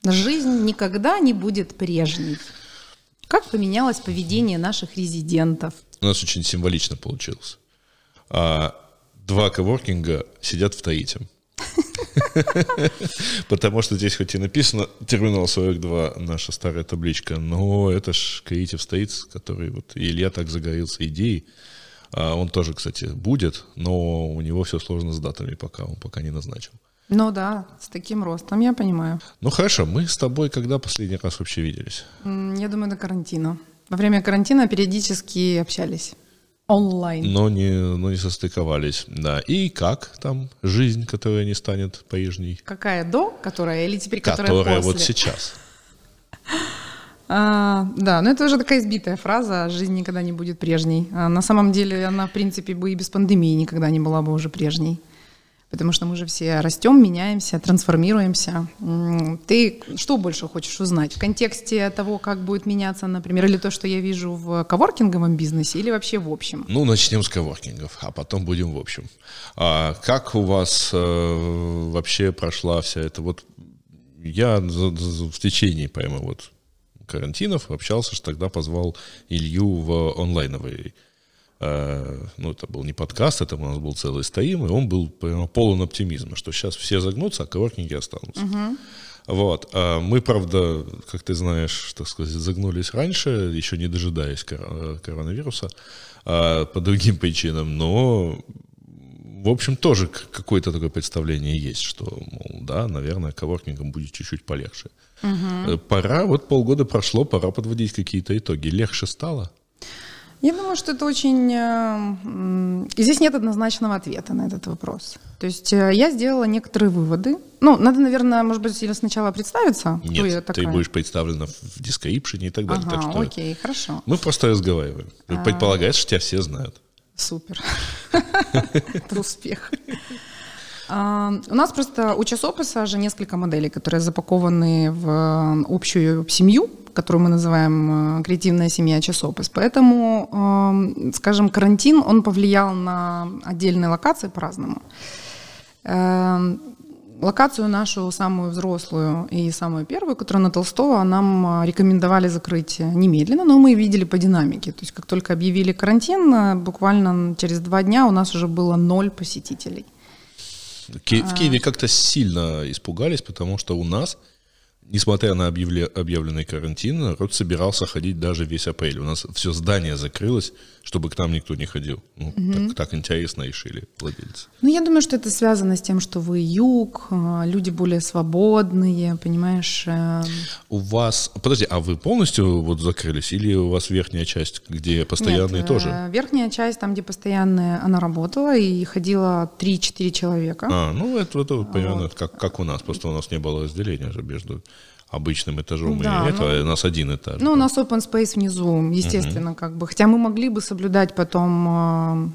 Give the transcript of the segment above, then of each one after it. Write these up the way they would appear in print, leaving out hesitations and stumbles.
Жизнь никогда не будет прежней. Как поменялось поведение наших резидентов? У нас очень символично получилось. 2 коворкинга сидят в третьем. Потому что здесь хоть и написано терминал 42, наша старая табличка, но это ж Creative States, который вот Илья так загорелся идеей. Он тоже, кстати, будет, но у него все сложно с датами пока, он пока не назначил. Ну да, с таким ростом, я понимаю. Ну хорошо, мы с тобой когда последний раз вообще виделись? Я думаю, до карантина. Во время карантина периодически общались. Онлайн. Но не состыковались, да. И как там жизнь, которая не станет прежней? Какая до, которая, или теперь которая Которая после? вот сейчас. Да, но это уже такая избитая фраза, жизнь никогда не будет прежней. На самом деле она, в принципе, бы и без пандемии никогда не была бы уже прежней. Потому что мы же все растем, меняемся, трансформируемся. Ты что больше хочешь узнать? В контексте того, как будет меняться, например, или то, что я вижу в коворкинговом бизнесе, или вообще в общем? Ну, начнем с коворкингов, а потом будем в общем. Как у вас вообще прошла вся эта вот... Я в течение прямо вот карантинов общался, что тогда позвал Илью в онлайновый. Ну, это был не подкаст, это у нас был целый стрим, и он был прямо полон оптимизма, что сейчас все загнутся, а коворкинги останутся. Вот. Мы, правда, как ты знаешь, так сказать, загнулись раньше, еще не дожидаясь коронавируса, по другим причинам, но, в общем, тоже какое-то такое представление есть, что, мол, да, наверное, коворкингам будет чуть-чуть полегче. Пора, вот полгода прошло, пора подводить какие-то итоги. Легче стало? Я думаю, что это очень... Здесь нет однозначного ответа на этот вопрос. То есть я сделала некоторые выводы. Ну, надо, наверное, может быть, сначала представиться. Нет, я такая. ты будешь представлена в дескрипшене и так далее. Ага, так что окей, хорошо. мы просто разговариваем. Предполагается, что тебя все знают. Супер. Это успех. У нас просто у часописа же несколько моделей, которые запакованы в общую семью, которую мы называем «Креативная семья часопис». Поэтому, скажем, карантин, он повлиял на отдельные локации по-разному. Локацию нашу, самую взрослую и самую первую, которая на Толстого, нам рекомендовали закрыть немедленно, но мы видели по динамике. То есть как только объявили карантин, буквально через 2 дня у нас уже было 0 посетителей. В Киеве как-то сильно испугались, потому что у нас, несмотря на объявленный карантин, народ собирался ходить даже весь апрель. У нас все здание закрылось, чтобы к нам никто не ходил. Ну, так интересно решили владельцы. Ну, я думаю, что это связано с тем, что вы юг, люди более свободные, понимаешь. У вас... Подожди, а вы полностью вот закрылись? Или у вас верхняя часть, где постоянные Нет, тоже? Верхняя часть, там, где постоянная, она работала, и ходило 3-4 человека. Ну, это примерно вот. Как у нас. Просто у нас не было разделения же между обычным этажом да, и это. У нас один этаж. Ну, у нас open space внизу, естественно, как бы. Хотя мы могли бы соблюдать потом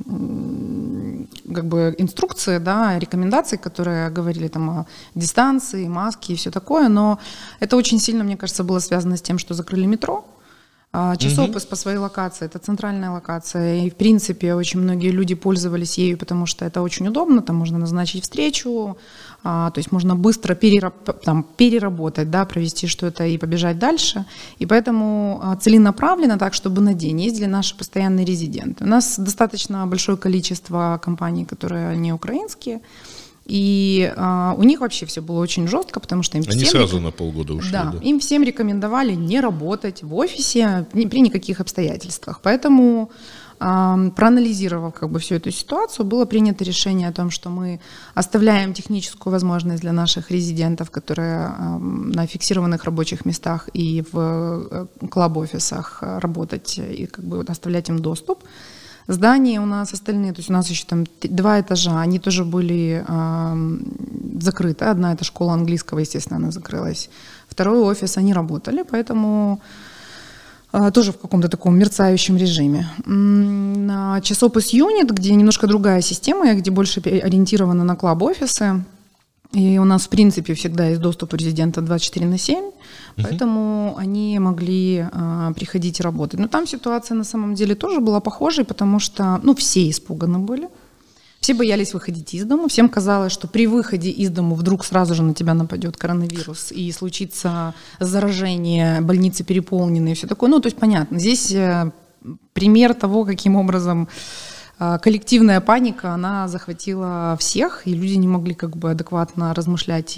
как бы инструкции, да, рекомендации, которые говорили там о дистанции, маске и все такое, но это очень сильно, мне кажется, было связано с тем, что закрыли метро. Часопис по своей локации, это центральная локация, и в принципе очень многие люди пользовались ею, потому что это очень удобно, там можно назначить встречу, то есть можно быстро переработать, да, провести что-то и побежать дальше, и поэтому целенаправленно так, чтобы на день ездили наши постоянные резиденты. У нас достаточно большое количество компаний, которые не украинские, и у них вообще все было очень жестко, потому что им Они сразу на полгода ушли. Да, им всем рекомендовали не работать в офисе при никаких обстоятельствах. Поэтому, проанализировав как бы всю эту ситуацию, было принято решение о том, что мы оставляем техническую возможность для наших резидентов, которые на фиксированных рабочих местах и в клаб-офисах работать и как бы оставлять им доступ. Здания у нас остальные, то есть у нас еще там 2 этажа, они тоже были закрыты. Одна — это школа английского, естественно, она закрылась. Второй офис, они работали, поэтому тоже в каком-то таком мерцающем режиме. На часопис юнит, где немножко другая система, где больше ориентирована на клаб-офисы. И у нас, в принципе, всегда есть доступ у резидента 24/7, поэтому они могли приходить и работать. Но там ситуация на самом деле тоже была похожей, потому что, все испуганы были. Все боялись выходить из дома, всем казалось, что при выходе из дома вдруг сразу же на тебя нападет коронавирус и случится заражение, больницы переполнены и все такое. Ну, то есть понятно, здесь пример того, каким образом коллективная паника, она захватила всех, и люди не могли как бы адекватно размышлять.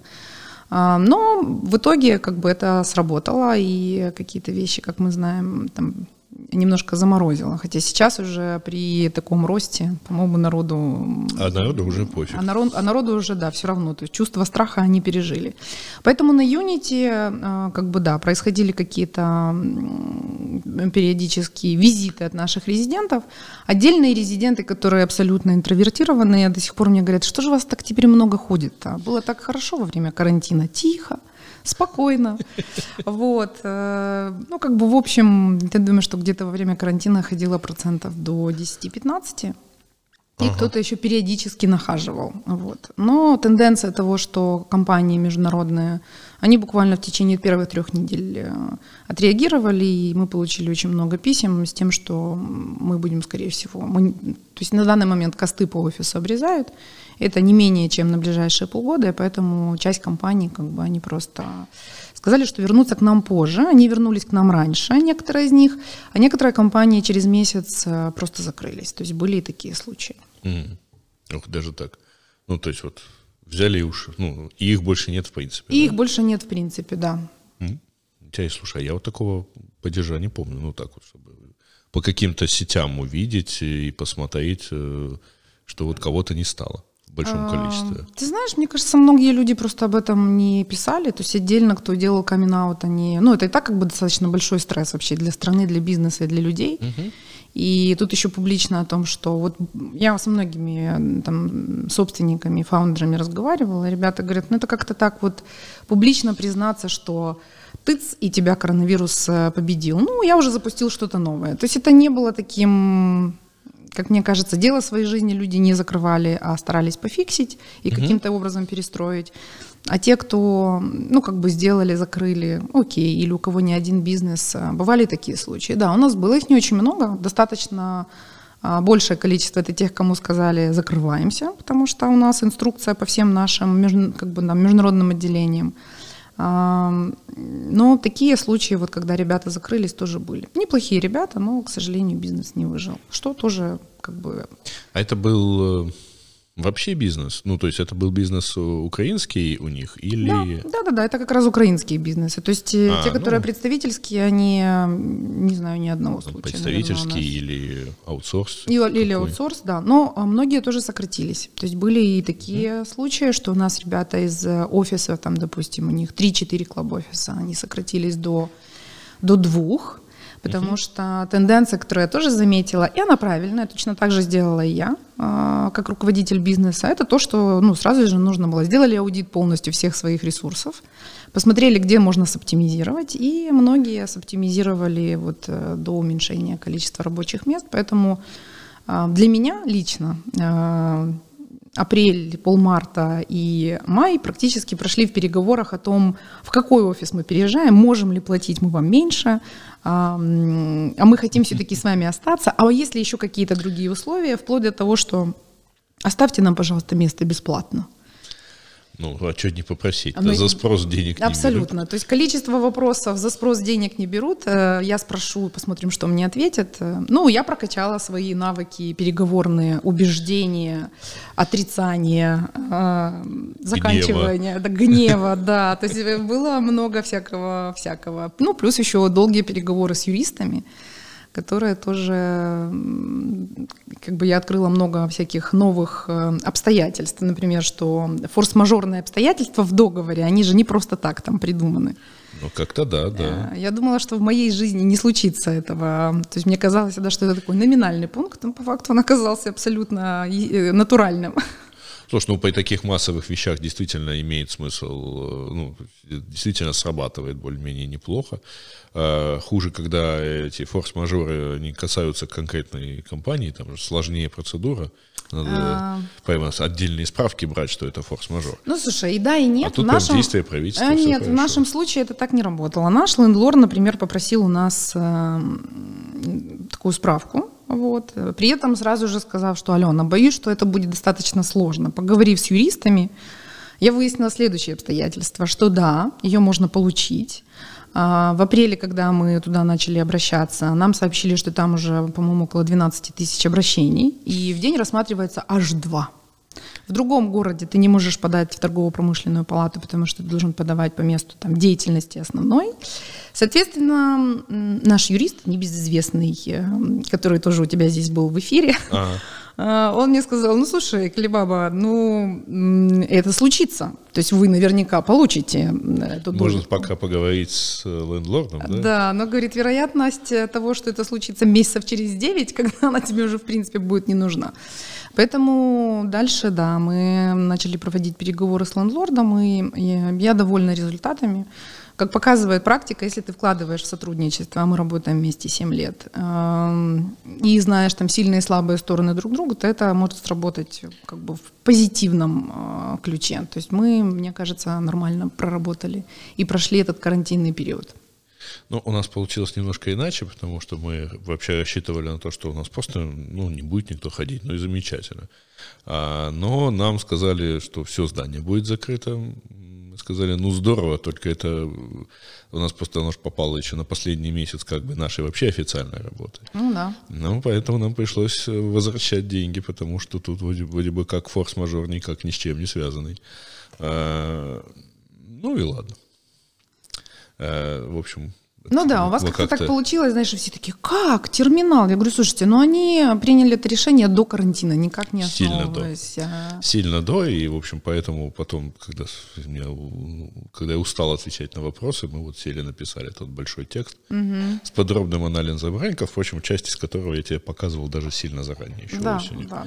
Но в итоге как бы это сработало, и какие-то вещи, как мы знаем, там немножко заморозило. Хотя сейчас уже при таком росте, по-моему, народу... А народу уже пофиг. А народу уже, да, все равно. То есть чувство страха они пережили. Поэтому на Unity, как бы, да, происходили какие-то периодические визиты от наших резидентов. Отдельные резиденты, которые абсолютно интровертированные, до сих пор мне говорят, что же вас так теперь много ходит-то? Было так хорошо во время карантина. Тихо. Спокойно. Вот. Ну, как бы, в общем, я думаю, что где-то во время карантина ходило процентов до 10-15, и кто-то еще периодически нахаживал. Вот. Но тенденция того, что компании международные, они буквально в течение первых 3 недель отреагировали, и мы получили очень много писем с тем, что мы будем, скорее всего... То есть на данный момент косты по офису обрезают. Это не менее, чем на ближайшие полгода, и поэтому часть компаний, как бы, они просто сказали, что вернутся к нам позже. Они вернулись к нам раньше, некоторые из них, а некоторые компании через месяц просто закрылись. То есть были и такие случаи. Ох, даже так. Ну, то есть вот взяли и уши. Ну, и их больше нет в принципе. И их больше нет в принципе, да. Слушай, я вот такого падежа не помню. Ну, так вот, чтобы по каким-то сетям увидеть и посмотреть, что вот кого-то не стало в большом количестве. Ты знаешь, мне кажется, многие люди просто об этом не писали. То есть отдельно, кто делал камин-аут, они... Ну, это и так как бы достаточно большой стресс вообще для страны, для бизнеса и для людей. И тут еще публично о том, что вот я со многими там собственниками, фаундерами разговаривала, и ребята говорят, ну это как-то так вот публично признаться, что тыц, и тебя коронавирус победил. Ну, я уже запустил что-то новое. То есть это не было таким... Как мне кажется, дело своей жизни люди не закрывали, а старались пофиксить и каким-то образом перестроить. А те, кто, ну, как бы сделали, закрыли, окей, или у кого не один бизнес, бывали такие случаи. Да, у нас было их не очень много, достаточно большее количество это тех, кому сказали закрываемся, потому что у нас инструкция по всем нашим как бы, международным отделениям. Но такие случаи, вот, когда ребята закрылись, тоже были. Неплохие ребята, но, к сожалению, бизнес не выжил. Что тоже как бы... А это был вообще бизнес? Ну, то есть это был бизнес украинский у них? Или... Да, это как раз украинские бизнесы. То есть те, которые представительские, они, не знаю, ни одного случая. Представительские или аутсорс? Или аутсорс, да. Но многие тоже сократились. То есть были и такие случаи, что у нас ребята из офиса, там, допустим, у них 3-4 клаб-офиса, они сократились до 2. Потому что тенденция, которую я тоже заметила, и она правильная, точно так же сделала и я, как руководитель бизнеса, это то, что сразу же нужно было. Сделали аудит полностью всех своих ресурсов, посмотрели, где можно соптимизировать, и многие соптимизировали вот до уменьшения количества рабочих мест. Поэтому для меня лично апрель, полмарта и май практически прошли в переговорах о том, в какой офис мы переезжаем, можем ли платить мы вам меньше, а мы хотим все-таки с вами остаться, а есть ли еще какие-то другие условия, вплоть до того, что оставьте нам, пожалуйста, место бесплатно. Ну, а что не попросить? За спрос денег не абсолютно. берут. То есть количество вопросов за спрос денег не берут. Я спрошу, посмотрим, что мне ответят. Ну, я прокачала свои навыки переговорные, убеждения, отрицания, заканчивания, гнева, да. То есть было много всякого. Ну, плюс еще долгие переговоры с юристами, которые тоже, как бы я открыла много всяких новых обстоятельств. Например, что форс-мажорные обстоятельства в договоре, они же не просто так там придуманы. Ну, как-то да. Я думала, что в моей жизни не случится этого. То есть мне казалось всегда, что это такой номинальный пункт, но по факту он оказался абсолютно натуральным. Слушай, при таких массовых вещах действительно имеет смысл, действительно срабатывает более-менее неплохо. Хуже, когда эти форс-мажоры не касаются конкретной компании, там же сложнее процедура. Надо прямо отдельные справки брать, что это форс-мажор. Ну, слушай, и да, и нет. А тут действие правительства. Нет, в нашем случае это так не работало. Наш лендлорд, например, попросил у нас такую справку Вот. При этом сразу же сказав, что Алена, боюсь, что это будет достаточно сложно. Поговорив с юристами, я выяснила следующие обстоятельства, что да, ее можно получить. В апреле, когда мы туда начали обращаться, нам сообщили, что там уже, по-моему, около 12 тысяч обращений, и в день рассматривается аж 2. В другом городе ты не можешь подать в торгово-промышленную палату, потому что ты должен подавать по месту там, деятельности основной. Соответственно, наш юрист, небезызвестный, который тоже у тебя здесь был в эфире, он мне сказал, ну, слушай, Калибаба, ну, это случится. То есть вы наверняка получите эту долю. Можно пока поговорить с лендлордом, да? Да, но, говорит, вероятность того, что это случится месяцев через 9, когда она тебе уже, в принципе, будет не нужна. Поэтому дальше, да, мы начали проводить переговоры с лендлордом, и я довольна результатами. Как показывает практика, если ты вкладываешь в сотрудничество, а мы работаем вместе 7 лет, и знаешь там сильные и слабые стороны друг друга, то это может сработать как бы в позитивном ключе. То есть мы, мне кажется, нормально проработали и прошли этот карантинный период. Ну, у нас получилось немножко иначе, потому что мы вообще рассчитывали на то, что у нас просто не будет никто ходить, ну и замечательно. Но нам сказали, что все здание будет закрыто. Мы сказали, ну здорово, только это у нас просто оно попало еще на последний месяц как бы нашей вообще официальной работы. Ну да. Ну, поэтому нам пришлось возвращать деньги, потому что тут вроде бы как форс-мажор никак ни с чем не связанный. Ну и ладно. В общем... Ну да, у вас как-то так получилось, знаешь, все такие, как, терминал? Я говорю, слушайте, ну они приняли это решение до карантина, никак не основываясь. Сильно до, и, в общем, поэтому потом, когда я устал отвечать на вопросы, мы вот сели, написали тот большой текст с подробным анализом рынка, впрочем, часть из которого я тебе показывал даже сильно заранее. Еще да.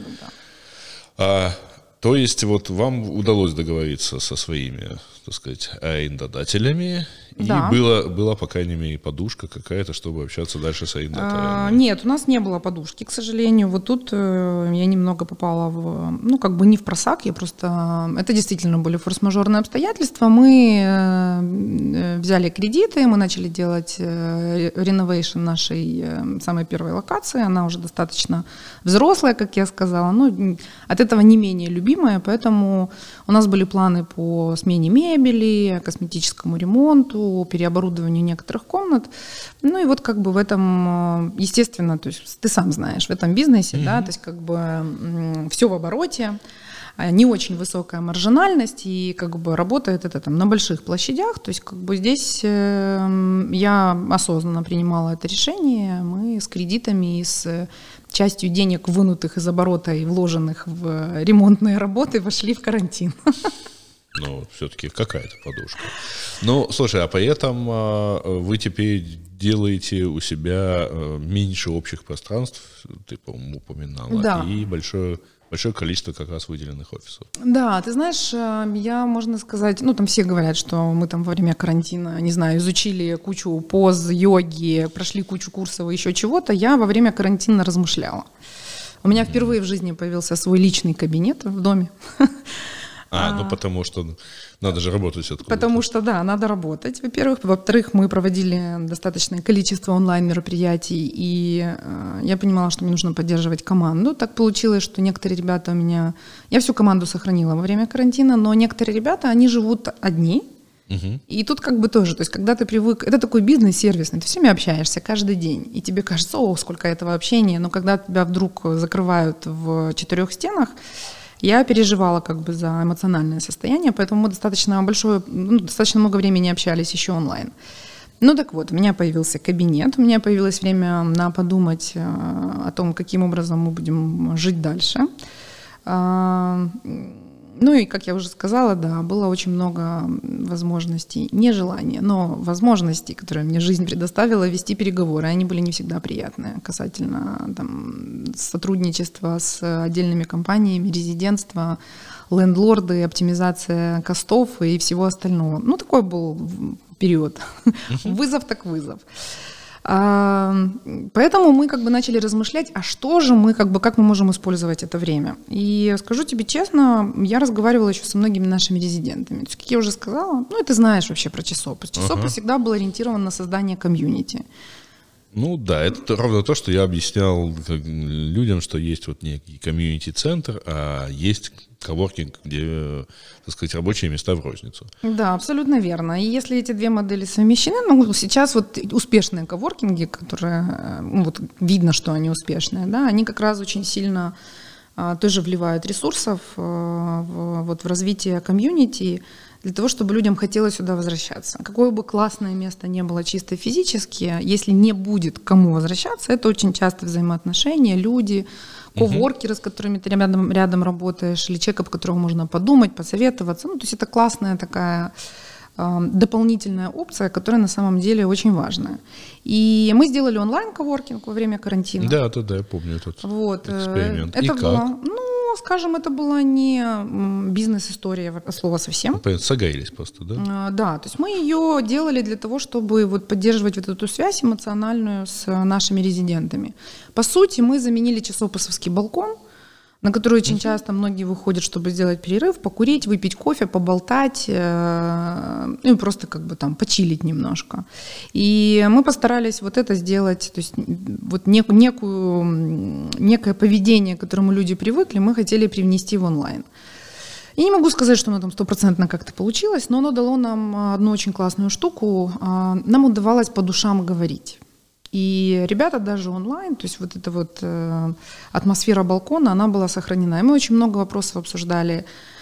То есть вот вам удалось договориться со своими, так сказать, арендодателями, да. И была, по крайней мере, подушка какая-то, чтобы общаться дальше с арендодателями? Нет, у нас не было подушки, к сожалению. Вот тут я немного попала не в просак, я просто... Это действительно были форс-мажорные обстоятельства. Мы взяли кредиты, мы начали делать реновейшн нашей самой первой локации. Она уже достаточно взрослая, как я сказала, но от этого не менее любимая, поэтому у нас были планы по смене мебели, косметическому ремонту, переоборудованию некоторых комнат. Ну и вот как бы в этом, естественно, то есть ты сам знаешь, в этом бизнесе, да, то есть как бы все в обороте, не очень высокая маржинальность, и как бы работает это там на больших площадях, то есть как бы здесь я осознанно принимала это решение, мы с кредитами и с частью денег, вынутых из оборота и вложенных в ремонтные работы, вошли в карантин. Ну, все-таки какая-то подушка. Ну, слушай, а при этом вы теперь делаете у себя меньше общих пространств, ты, по-моему, упоминала, да. И большое количество как раз выделенных офисов. Да, ты знаешь, я, можно сказать, там все говорят, что мы там во время карантина, не знаю, изучили кучу поз, йоги, прошли кучу курсов и еще чего-то. Я во время карантина размышляла. У меня впервые в жизни появился свой личный кабинет в доме. Потому что надо же работать откуда-то. Потому что, да, надо работать, во-первых. Во-вторых, мы проводили достаточное количество онлайн-мероприятий, и я понимала, что мне нужно поддерживать команду. Так получилось, что некоторые ребята у меня... Я всю команду сохранила во время карантина, но некоторые ребята, они живут одни. И тут как бы тоже, то есть когда ты привык... Это такой бизнес сервисный, ты с всеми общаешься каждый день, и тебе кажется, сколько этого общения, но когда тебя вдруг закрывают в 4 стенах, я переживала как бы за эмоциональное состояние, поэтому мы достаточно много времени общались еще онлайн. Ну так вот, у меня появился кабинет, у меня появилось время на подумать о том, каким образом мы будем жить дальше. Ну и, как я уже сказала, да, было очень много возможностей, не желания, но возможностей, которые мне жизнь предоставила, вести переговоры. Они были не всегда приятные касательно сотрудничества с отдельными компаниями, резидентства, лендлорды, оптимизация костов и всего остального. Ну, такой был период. Вызов так вызов. Поэтому мы как бы начали размышлять, а что же мы, как мы можем использовать это время. И скажу тебе честно, я разговаривала еще со многими нашими резидентами. То есть, как я уже сказала, ты знаешь вообще про ЧСОП. ЧСОП всегда был ориентирован на создание комьюнити. Ну да, это ровно то, что я объяснял людям, что есть вот некий комьюнити-центр, а есть коворкинг, где, так сказать, рабочие места в розницу. Да, абсолютно верно. И если эти две модели совмещены, ну, сейчас вот успешные коворкинги, которые, ну, вот видно, что они успешные, да, они как раз очень сильно тоже вливают ресурсов в развитие комьюнити, для того, чтобы людям хотелось сюда возвращаться. Какое бы классное место не было чисто физически, если не будет к кому возвращаться, это очень часто взаимоотношения, люди, коворкеры, с которыми ты рядом работаешь, или человек, об котором можно подумать, посоветоваться. Ну, то есть это классная такая дополнительная опция, которая на самом деле очень важная. И мы сделали онлайн-коворкинг во время карантина. Да, я помню этот эксперимент. Это и было, как? скажем, это была не бизнес-история от слова совсем. Согрелись просто, да? Да, то есть мы ее делали для того, чтобы вот поддерживать вот эту связь эмоциональную с нашими резидентами. По сути, мы заменили часопасовский балкон, на который очень часто многие выходят, чтобы сделать перерыв, покурить, выпить кофе, поболтать, ну и просто как бы там почилить немножко. И мы постарались вот это сделать, то есть вот некое поведение, к которому люди привыкли, мы хотели привнести в онлайн. Я не могу сказать, что оно там 100% как-то получилось, но оно дало нам одну очень классную штуку. Нам удавалось по душам говорить. И ребята даже онлайн, то есть вот эта вот атмосфера балкона, она была сохранена. И мы очень много вопросов обсуждали,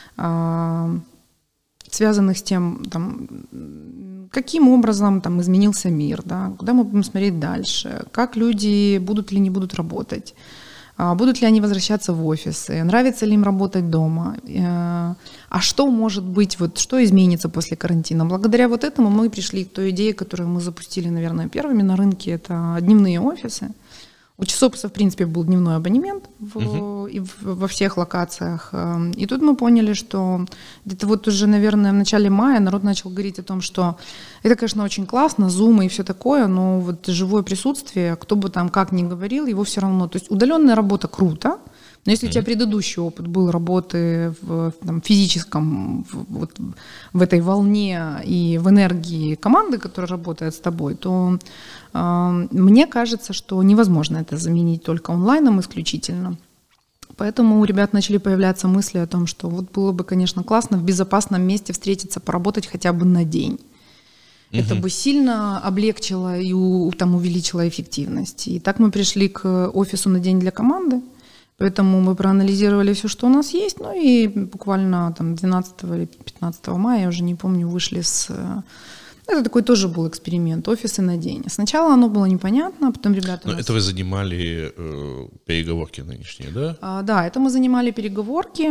связанных с тем, там, каким образом там изменился мир, да, куда мы будем смотреть дальше, как люди будут или не будут работать, будут ли они возвращаться в офисы, нравится ли им работать дома, а что может быть, вот, что изменится после карантина. Благодаря вот этому мы пришли к той идее, которую мы запустили, наверное, первыми на рынке, это дневные офисы. У часопаса, в принципе, был дневной абонемент во всех локациях. И тут мы поняли, что где-то вот уже, наверное, в начале мая народ начал говорить о том, что это, конечно, очень классно, зумы и все такое, но вот живое присутствие, кто бы там как ни говорил, его все равно. То есть удаленная работа круто, но если у тебя предыдущий опыт был работы в физическом, в этой волне и в энергии команды, которая работает с тобой, то мне кажется, что невозможно это заменить только онлайном исключительно. Поэтому у ребят начали появляться мысли о том, что вот было бы, конечно, классно в безопасном месте встретиться, поработать хотя бы на день. Это бы сильно облегчило и увеличило эффективность. И так мы пришли к офису на день для команды. Поэтому мы проанализировали все, что у нас есть, ну и буквально там 12 или 15 мая, я уже не помню, вышли с... Это такой тоже был эксперимент, офисы на день. Сначала оно было непонятно, потом ребята... Но это вы занимали переговорки нынешние, да? Да, это мы занимали переговорки.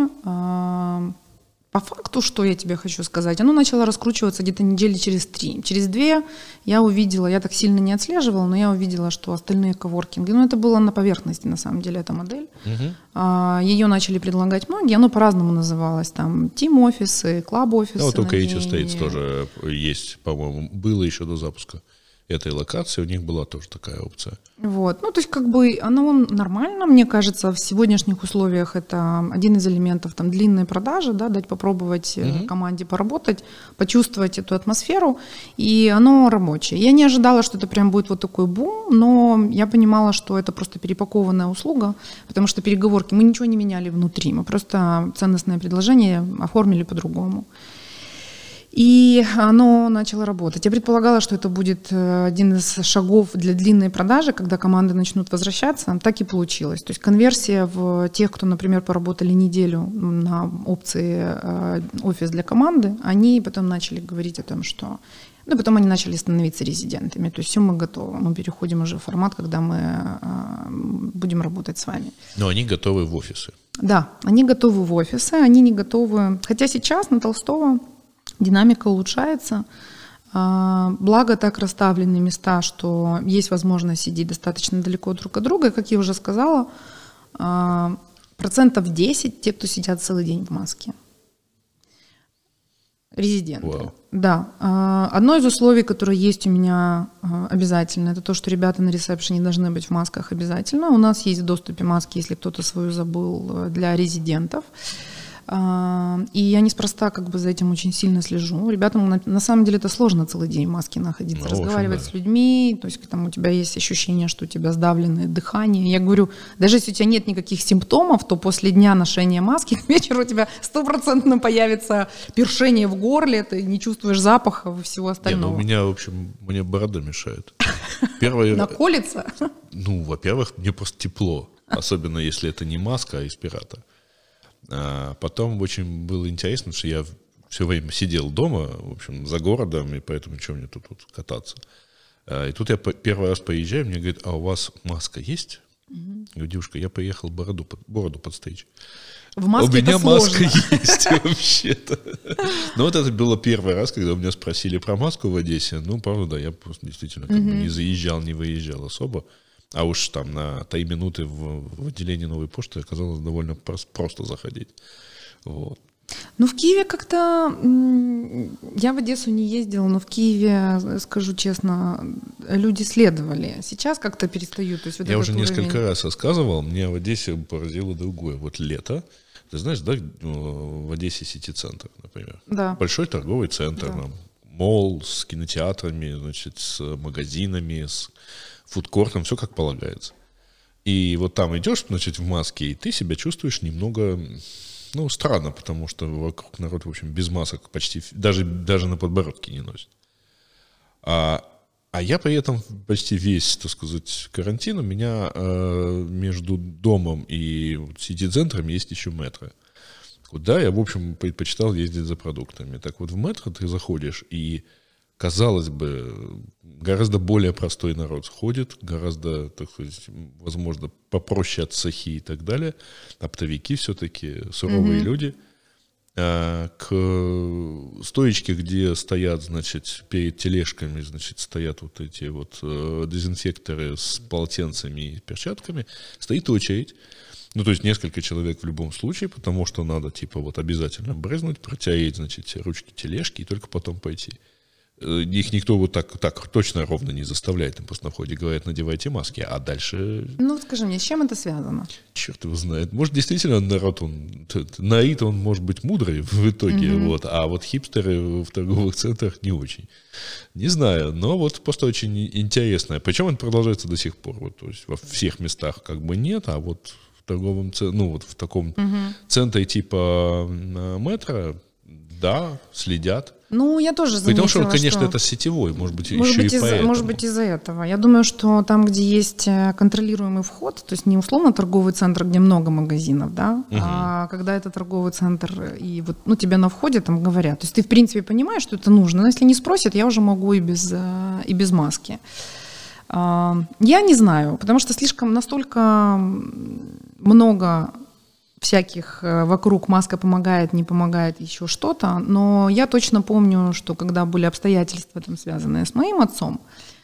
По факту, что я тебе хочу сказать, оно начало раскручиваться где-то недели через 3. Через 2 я увидела, я так сильно не отслеживала, но я увидела, что остальные коворкинги, это было на поверхности, на самом деле, эта модель. Ее начали предлагать многие, оно по-разному называлось, там, тим-офисы, клаб-офисы. Да, вот у Creative States тоже есть, по-моему, было еще до запуска этой локации, у них была тоже такая опция. Вот, то есть как бы оно нормально, мне кажется, в сегодняшних условиях это один из элементов там длинной продажи, да, дать попробовать команде поработать, почувствовать эту атмосферу, и оно рабочее. Я не ожидала, что это прям будет вот такой бум, но я понимала, что это просто перепакованная услуга, потому что переговорки, мы ничего не меняли внутри, мы просто ценностное предложение оформили по-другому. И оно начало работать. Я предполагала, что это будет один из шагов для длинной продажи, когда команды начнут возвращаться. Так и получилось. То есть конверсия в тех, кто, например, поработали неделю на опции офис для команды, они потом начали говорить о том, что... потом они начали становиться резидентами. То есть все, мы готовы. Мы переходим уже в формат, когда мы будем работать с вами. Но они готовы в офисы. Да, они готовы в офисы, они не готовы... Хотя сейчас на Толстого... Динамика улучшается, благо так расставлены места, что есть возможность сидеть достаточно далеко друг от друга. И, как я уже сказала, 10% те, кто сидят целый день в маске. Резиденты. Wow. Да. Одно из условий, которое есть у меня обязательно, это то, что ребята на ресепшене должны быть в масках обязательно. У нас есть в доступе маски, если кто-то свою забыл, для резидентов. И я неспроста как бы за этим очень сильно слежу. Ребятам на самом деле это сложно целый день в маске находиться, разговаривать с людьми, то есть там у тебя есть ощущение, что у тебя сдавленное дыхание. Я говорю, даже если у тебя нет никаких симптомов, то после дня ношения маски к вечеру у тебя 100% появится першение в горле, ты не чувствуешь запаха и всего остального. У меня, в общем, мне борода мешает. Наколется? Ну, во-первых, мне просто тепло, особенно если это не маска, а респиратор. Потом очень было интересно, что я все время сидел дома, в общем, за городом, и поэтому что мне тут вот кататься. И тут я первый раз поезжаю, мне говорят, а у вас маска есть? Я говорю, девушка, я поехал бороду подстричь. В маске у меня это маска сложно. есть вообще-то. Ну вот это было первый раз, когда у меня спросили про маску в Одессе. Ну, правда, да, я просто действительно как бы не заезжал, не выезжал особо. А уж там на 3 минуты в отделении Новой почты оказалось довольно просто заходить. Вот. Ну, в Киеве как-то... Я в Одессу не ездила, но в Киеве, скажу честно, люди следовали. Сейчас как-то перестают. То есть вот я уже несколько раз рассказывал, мне в Одессе поразило другое. Вот лето. Ты знаешь, да, в Одессе сити-центр, например. Да. Большой торговый центр. Да. Молл с кинотеатрами, значит, с магазинами, с фудкортом, все как полагается. И вот там идешь, значит, в маске, и ты себя чувствуешь немного... Ну, странно, потому что вокруг народ, в общем, без масок почти, даже на подбородке не носит. А я при этом почти весь, так сказать, карантин, у меня между домом и сити-центром есть еще метро. Куда я, в общем, предпочитал ездить за продуктами. Так вот, в метро ты заходишь, и, казалось бы, гораздо более простой народ ходит, гораздо, так сказать, возможно, попроще от цехи и так далее. Оптовики все-таки суровые люди. К стоечке, где стоят, значит, перед тележками, значит, стоят вот эти вот дезинфекторы с полотенцами и перчатками, стоит очередь. Ну, то есть несколько человек в любом случае, потому что надо, типа, вот обязательно брезнуть, протереть, значит, ручки тележки и только потом пойти. Их никто вот так точно ровно не заставляет. Им просто на входе говорят, надевайте маски, а дальше... Ну, скажи мне, с чем это связано? Черт его знает. Может, действительно, народ, наид, он может быть мудрый в итоге, вот, а вот хипстеры в торговых центрах не очень. Не знаю, но вот просто очень интересно. Причем это продолжается до сих пор. Вот, то есть во всех местах как бы нет, а вот в торговом центре, ну, вот в таком центре типа метро, да, следят. Ну, я тоже заметила, потому что, конечно, это сетевой, может быть, еще и поэтому. Может быть, из-за этого. Я думаю, что там, где есть контролируемый вход, то есть не условно торговый центр, где много магазинов, да, а когда это торговый центр, и вот, ну, тебя на входе там говорят. То есть ты, в принципе, понимаешь, что это нужно, но если не спросят, я уже могу и без маски. Я не знаю, потому что слишком настолько много всяких вокруг маска помогает, не помогает, еще что-то. Но я точно помню, что когда были обстоятельства, там, связанные с моим отцом,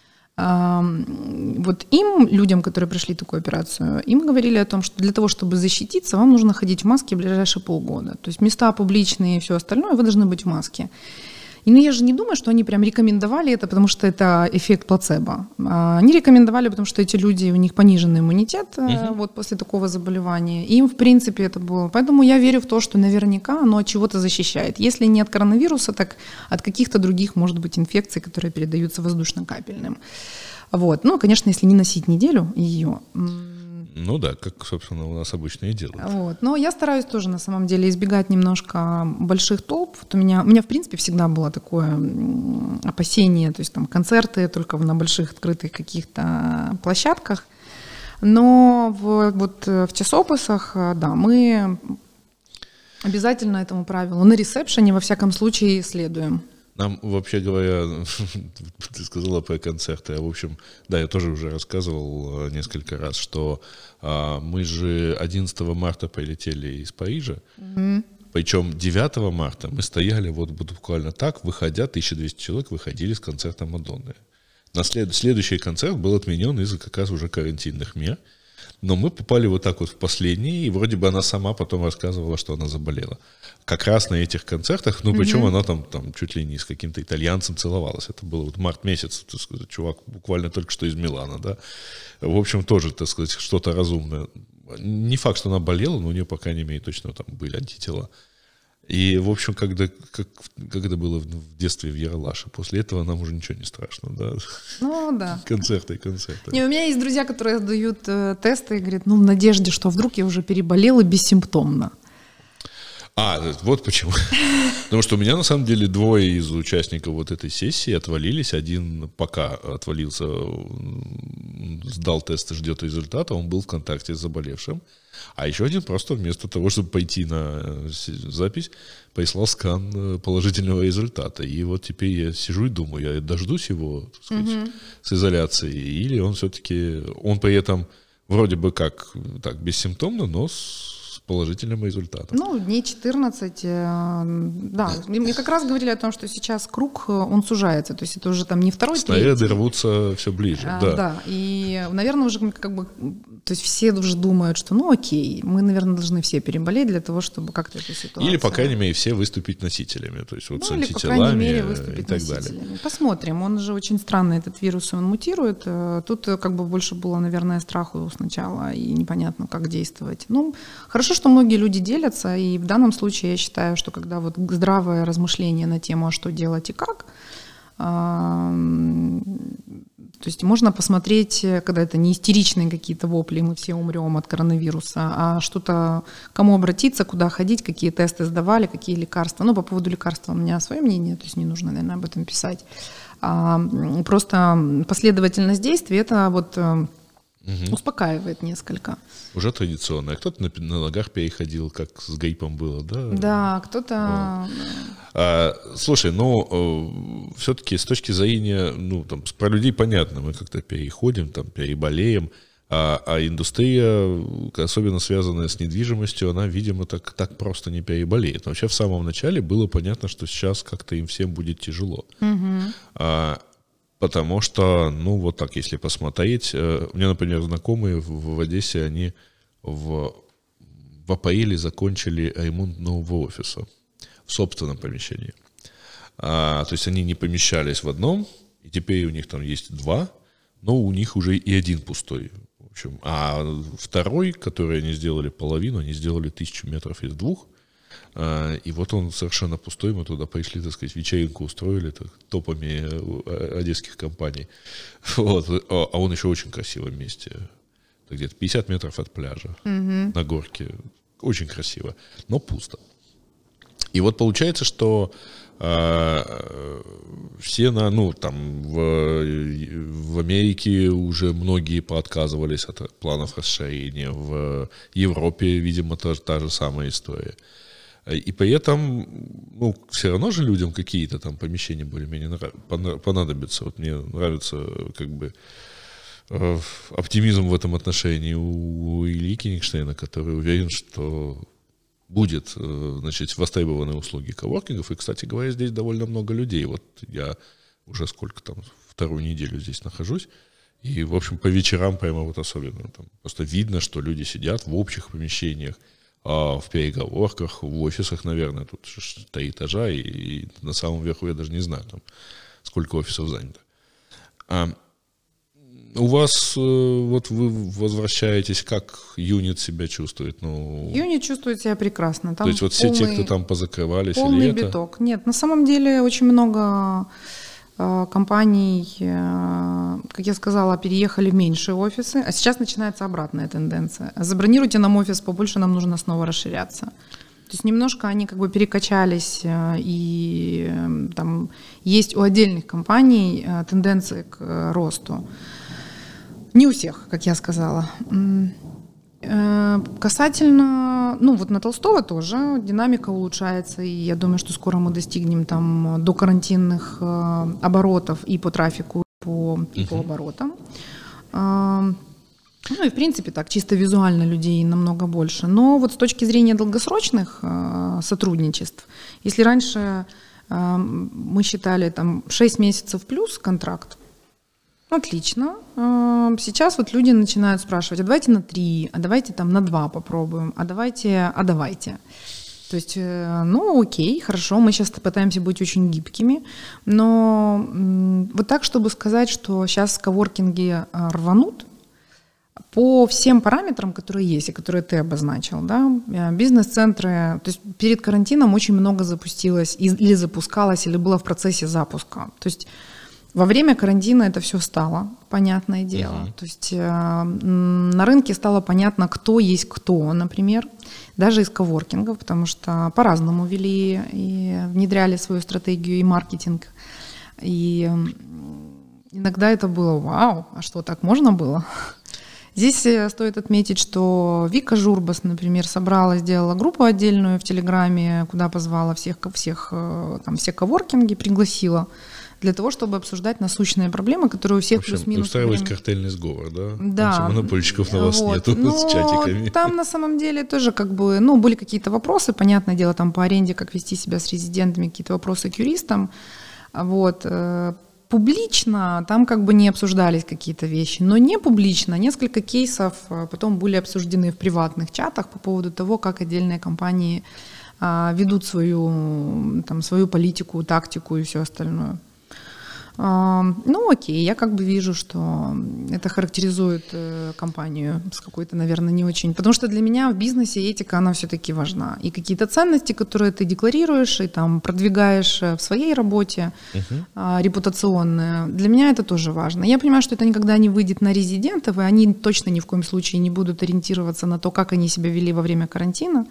вот им, людям, которые прошли такую операцию, им говорили о том, что для того, чтобы защититься, вам нужно ходить в маске в ближайшие полгода. То есть места публичные и все остальное, вы должны быть в маске. И я же не думаю, что они прям рекомендовали это, потому что это эффект плацебо. Они рекомендовали, потому что эти люди, у них пониженный иммунитет вот после такого заболевания. И им, в принципе, это было. Поэтому я верю в то, что наверняка оно от чего-то защищает. Если не от коронавируса, так от каких-то других, может быть, инфекций, которые передаются воздушно-капельным. Вот. Ну, конечно, если не носить неделю ее... Ну да, как, собственно, у нас обычно и делают. Вот. Но я стараюсь тоже, на самом деле, избегать немножко больших толп. Вот у меня, в принципе, всегда было такое опасение, то есть там концерты только на больших открытых каких-то площадках. Но вот в часописах, да, мы обязательно этому правилу на ресепшене, во всяком случае, следуем. Нам, вообще говоря, ты сказала про концерты, в общем, да, я тоже уже рассказывал несколько раз, что мы же 11 марта прилетели из Парижа, причем 9 марта мы стояли вот буквально так, выходя, 1200 человек выходили с концерта Мадонны. На следующий концерт был отменен из-за как раз уже карантинных мер. Но мы попали вот так вот в последний, и вроде бы она сама потом рассказывала, что она заболела. Как раз на этих концертах, ну, причем она там чуть ли не с каким-то итальянцем целовалась. Это был вот март месяц, так сказать, чувак буквально только что из Милана, да. В общем, тоже, так сказать, что-то разумное. Не факт, что она болела, но у нее, по крайней мере, точно там были антитела. И, в общем, когда было в детстве в Ералаше, после этого нам уже ничего не страшно, да? Ну, да. Концерты. Не, у меня есть друзья, которые дают тесты и говорят, в надежде, что вдруг я уже переболела бессимптомно. Вот почему. Потому что у меня, на самом деле, 2 из участников вот этой сессии отвалились. Один пока отвалился, сдал тест и ждет результата, он был в контакте с заболевшим. А еще один просто вместо того, чтобы пойти на запись, прислал скан положительного результата. И вот теперь я сижу и думаю, я дождусь его, так сказать, с изоляцией, или он все-таки, он при этом вроде бы как так бессимптомно, но с положительным результатом. Дней 14, да. Мне как раз говорили о том, что сейчас круг, он сужается, то есть это уже там не второй, снаряды рвутся все ближе, да. Да, и, наверное, уже то есть все уже думают, что окей, мы, наверное, должны все переболеть для того, чтобы как-то эту ситуацию... Или, по крайней мере, все выступить носителями, то есть вот с антителами, или, по крайней мере, выступить и так носителями. далее. Посмотрим, он же очень странный, этот вирус, он мутирует. Тут как бы больше было, наверное, страху сначала, и непонятно, как действовать. Хорошо, что многие люди делятся, и в данном случае я считаю, что когда вот здравое размышление на тему, а что делать и как, то есть можно посмотреть, когда это не истеричные какие-то вопли, мы все умрем от коронавируса, а что-то, кому обратиться, куда ходить, какие тесты сдавали, какие лекарства. По поводу лекарства у меня свое мнение, то есть не нужно, наверное, об этом писать. Просто последовательность действий, это вот успокаивает несколько. Уже традиционно. А кто-то на ногах переходил, как с гриппом было, да? Да, кто-то... Слушай, все-таки с точки зрения, про людей понятно, мы как-то переходим, переболеем, а индустрия, особенно связанная с недвижимостью, она, видимо, так просто не переболеет. Вообще в самом начале было понятно, что сейчас как-то им всем будет тяжело. Потому что, вот так, если посмотреть, у меня, например, знакомые в Одессе, они в апреле закончили ремонт нового офиса в собственном помещении. То есть они не помещались в одном, и теперь у них там есть 2, но у них уже и 1 пустой. В общем, а второй, который они сделали половину, они сделали 1000 метров из 2. И вот он совершенно пустой, мы туда пришли, так сказать, вечеринку устроили топами одесских компаний. А он еще очень красивом месте. Это где-то 50 метров от пляжа, на горке. Очень красиво, но пусто. И вот получается, что все в Америке уже многие поотказывались от планов расширения. В Европе, видимо, та же самая история. И при этом, все равно же людям какие-то там помещения более-менее понадобятся. Вот мне нравится оптимизм в этом отношении у Ильи Кенигштейна, который уверен, что будет, востребованы услуги коворкингов. И, кстати говоря, здесь довольно много людей. Вот я уже 2-ю неделю здесь нахожусь. И, в общем, по вечерам прямо особенно. Просто видно, что люди сидят в общих помещениях, в переговорках, в офисах, наверное, тут 3 этажа, и на самом верху я даже не знаю, сколько офисов занято. У вас, вы возвращаетесь, как юнит себя чувствует? Юнит чувствует себя прекрасно. То есть все те, кто там позакрывались, полный или это? биток. Нет, на самом деле очень много компаний, как я сказала, переехали в меньшие офисы, а сейчас начинается обратная тенденция. Забронируйте нам офис побольше, нам нужно снова расширяться. То есть немножко они перекачались, и там есть у отдельных компаний тенденции к росту. Не у всех, как я сказала. Касательно, на Толстого тоже динамика улучшается, и я думаю, что скоро мы достигнем там до карантинных оборотов и по трафику, и по оборотам. И в принципе так, чисто визуально людей намного больше. Но вот с точки зрения долгосрочных сотрудничеств, если раньше мы считали 6 месяцев плюс контракт, отлично. Сейчас люди начинают спрашивать, а давайте на 3, а давайте на 2 попробуем, а давайте. То есть, окей, хорошо, мы сейчас пытаемся быть очень гибкими, но вот так, чтобы сказать, что сейчас коворкинги рванут, По всем параметрам, которые есть и которые ты обозначил, да, бизнес-центры, то есть перед карантином очень много запустилось или запускалось, или было в процессе запуска. То есть во время карантина это все стало, понятное дело. То есть на рынке стало понятно, кто есть кто, например, даже из коворкингов, потому что по-разному вели и внедряли свою стратегию и маркетинг. И иногда это было вау, а что, так можно было? Здесь стоит отметить, что Вика Журбас, например, сделала группу отдельную в Телеграме, куда позвала все коворкинги, пригласила для того, чтобы обсуждать насущные проблемы, которые у всех плюс-минус... Устраивать картельный сговор, да? Да. Монопольщиков на вас нету с чатиками. Там на самом деле тоже были какие-то вопросы, понятное дело, там по аренде, как вести себя с резидентами, какие-то вопросы к юристам. Публично там не обсуждались какие-то вещи, но не публично. Несколько кейсов потом были обсуждены в приватных чатах по поводу того, как отдельные компании ведут свою политику, тактику и все остальное. Окей, я вижу, что это характеризует компанию с какой-то, наверное, не очень... Потому что для меня в бизнесе этика, она все-таки важна. И какие-то ценности, которые ты декларируешь и продвигаешь в своей работе, репутационные, для меня это тоже важно. Я понимаю, что это никогда не выйдет на резидентов, и они точно ни в коем случае не будут ориентироваться на то, как они себя вели во время карантина.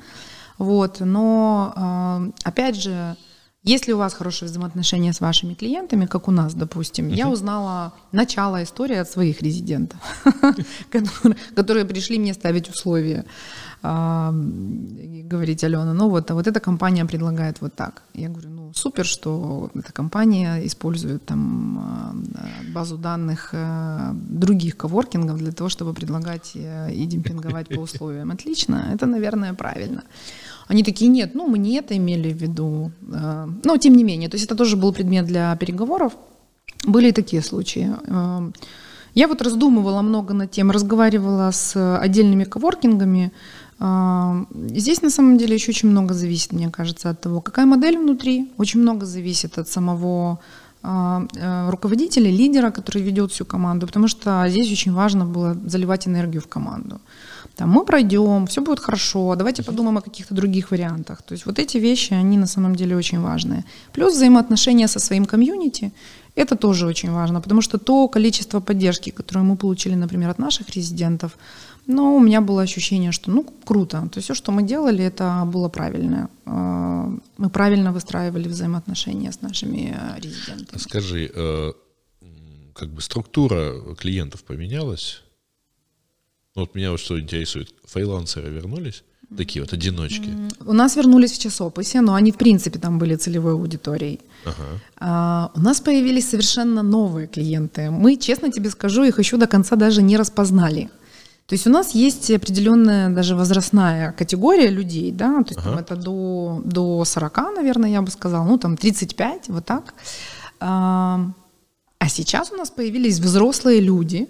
Но, опять же, если у вас хорошие взаимоотношения с вашими клиентами, как у нас, допустим, я узнала начало истории от своих резидентов, которые пришли мне ставить условия. Говорить: Алена, вот эта компания предлагает вот так. Я говорю: супер, что эта компания использует базу данных других коворкингов для того, чтобы предлагать и демпинговать по условиям. Отлично, это, наверное, правильно. Они такие: нет, мы не это имели в виду. Но тем не менее, то есть это тоже был предмет для переговоров. Были и такие случаи. Я раздумывала много над тем, разговаривала с отдельными коворкингами. Здесь на самом деле еще очень много зависит, мне кажется, от того, какая модель внутри. Очень много зависит от самого руководителя, лидера, который ведет всю команду, потому что здесь очень важно было заливать энергию в команду. Мы пройдем, все будет хорошо, давайте подумаем о каких-то других вариантах. То есть эти вещи, они на самом деле очень важные. Плюс взаимоотношения со своим комьюнити, это тоже очень важно, потому что то количество поддержки, которое мы получили, например, от наших резидентов, у меня было ощущение, что круто. То есть все, что мы делали, это было правильно. Мы правильно выстраивали взаимоотношения с нашими резидентами. Скажи, структура клиентов поменялась? Меня что интересует, фрилансеры вернулись? Такие одиночки? У нас вернулись в часописи, но они в принципе там были целевой аудиторией. У нас появились совершенно новые клиенты. Мы, честно тебе скажу, их еще до конца даже не распознали. То есть у нас есть определенная даже возрастная категория людей, да, то есть это до 40, наверное, я бы сказала, 35, вот так. А сейчас у нас появились взрослые люди,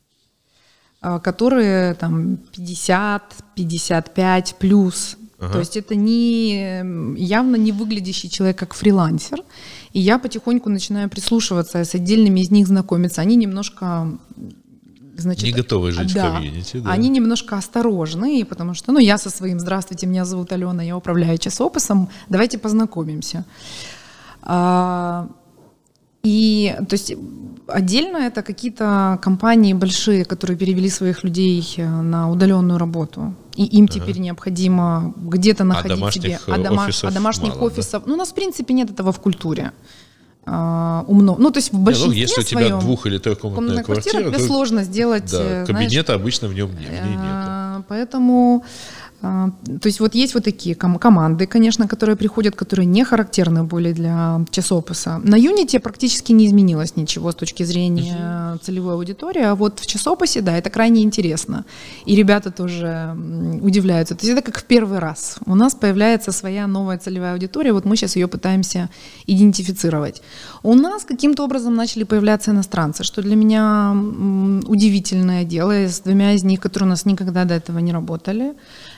которые 50, 55 плюс. То есть это явно не выглядящий человек как фрилансер. И я потихоньку начинаю прислушиваться, с отдельными из них знакомиться. Они немножко... не готовы жить в комьюнити. Да. Они немножко осторожны, потому что я со своим: здравствуйте, меня зовут Алена, я управляю часописом, давайте познакомимся. И то есть отдельно это какие-то компании большие, которые перевели своих людей на удаленную работу. И им теперь необходимо где-то находить себе... домашних офисов. У нас в принципе нет этого в культуре. То есть в большинстве если у тебя двух- или трехкомнатная квартира, тебе сложно сделать... Да, кабинета обычно в нем нет. Поэтому... То есть есть такие команды, конечно, которые приходят, которые не характерны были для часописа. На Unity практически не изменилось ничего с точки зрения целевой аудитории, а в часописе, да, это крайне интересно. И ребята тоже удивляются. То есть это как в первый раз. У нас появляется своя новая целевая аудитория, мы сейчас ее пытаемся идентифицировать. У нас каким-то образом начали появляться иностранцы, что для меня удивительное дело. С 2 из них, которые у нас никогда до этого не работали.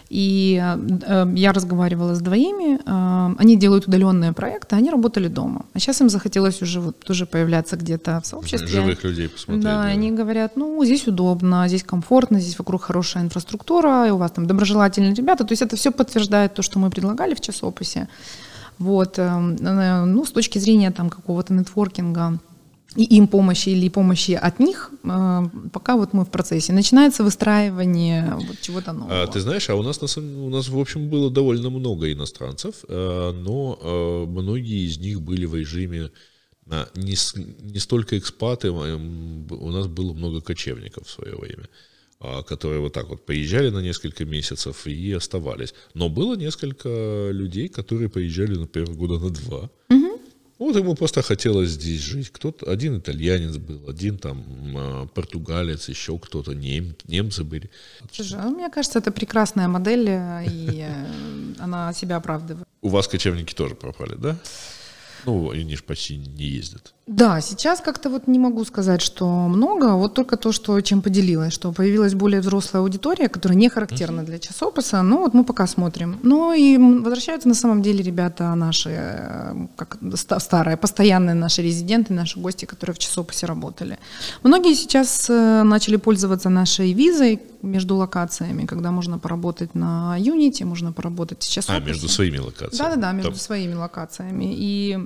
И я разговаривала с двоими, они делают удаленные проекты, они работали дома. А сейчас им захотелось уже вот тоже появляться где-то в сообществе. Живых людей посмотреть. Да, они говорят, ну, здесь удобно, здесь комфортно, здесь вокруг хорошая инфраструктура, и у вас там доброжелательные ребята. То есть это все подтверждает то, что мы предлагали в часописи. Вот. Ну, с точки зрения там какого-то нетворкинга, и им помощи или помощи от них, пока вот мы в процессе. Начинается выстраивание вот чего-то нового. Ты знаешь, у нас, в общем, было довольно много иностранцев, но многие из них были в режиме не столько экспаты, у нас было много кочевников в свое время, которые вот так вот поезжали на несколько месяцев и оставались. Но было несколько людей, которые поезжали, например, года на 2. Вот ему просто хотелось здесь жить. Кто-то, один итальянец был, один там португалец, еще кто-то, немцы были. Слушай, мне кажется, это прекрасная модель, и она себя оправдывает. У вас кочевники тоже пропали, да? Ну, они же почти не ездят. Да, сейчас как-то вот не могу сказать, что много, вот только то, что чем поделилась, что появилась более взрослая аудитория, которая не характерна для часописа, ну вот мы пока смотрим. Ну и возвращаются на самом деле ребята наши, как старые, постоянные наши резиденты, наши гости, которые в часописе работали. Многие сейчас начали пользоваться нашей визой между локациями, когда можно поработать на Unity, можно поработать с часописом. Между своими локациями. Да-да-да, между своими локациями. И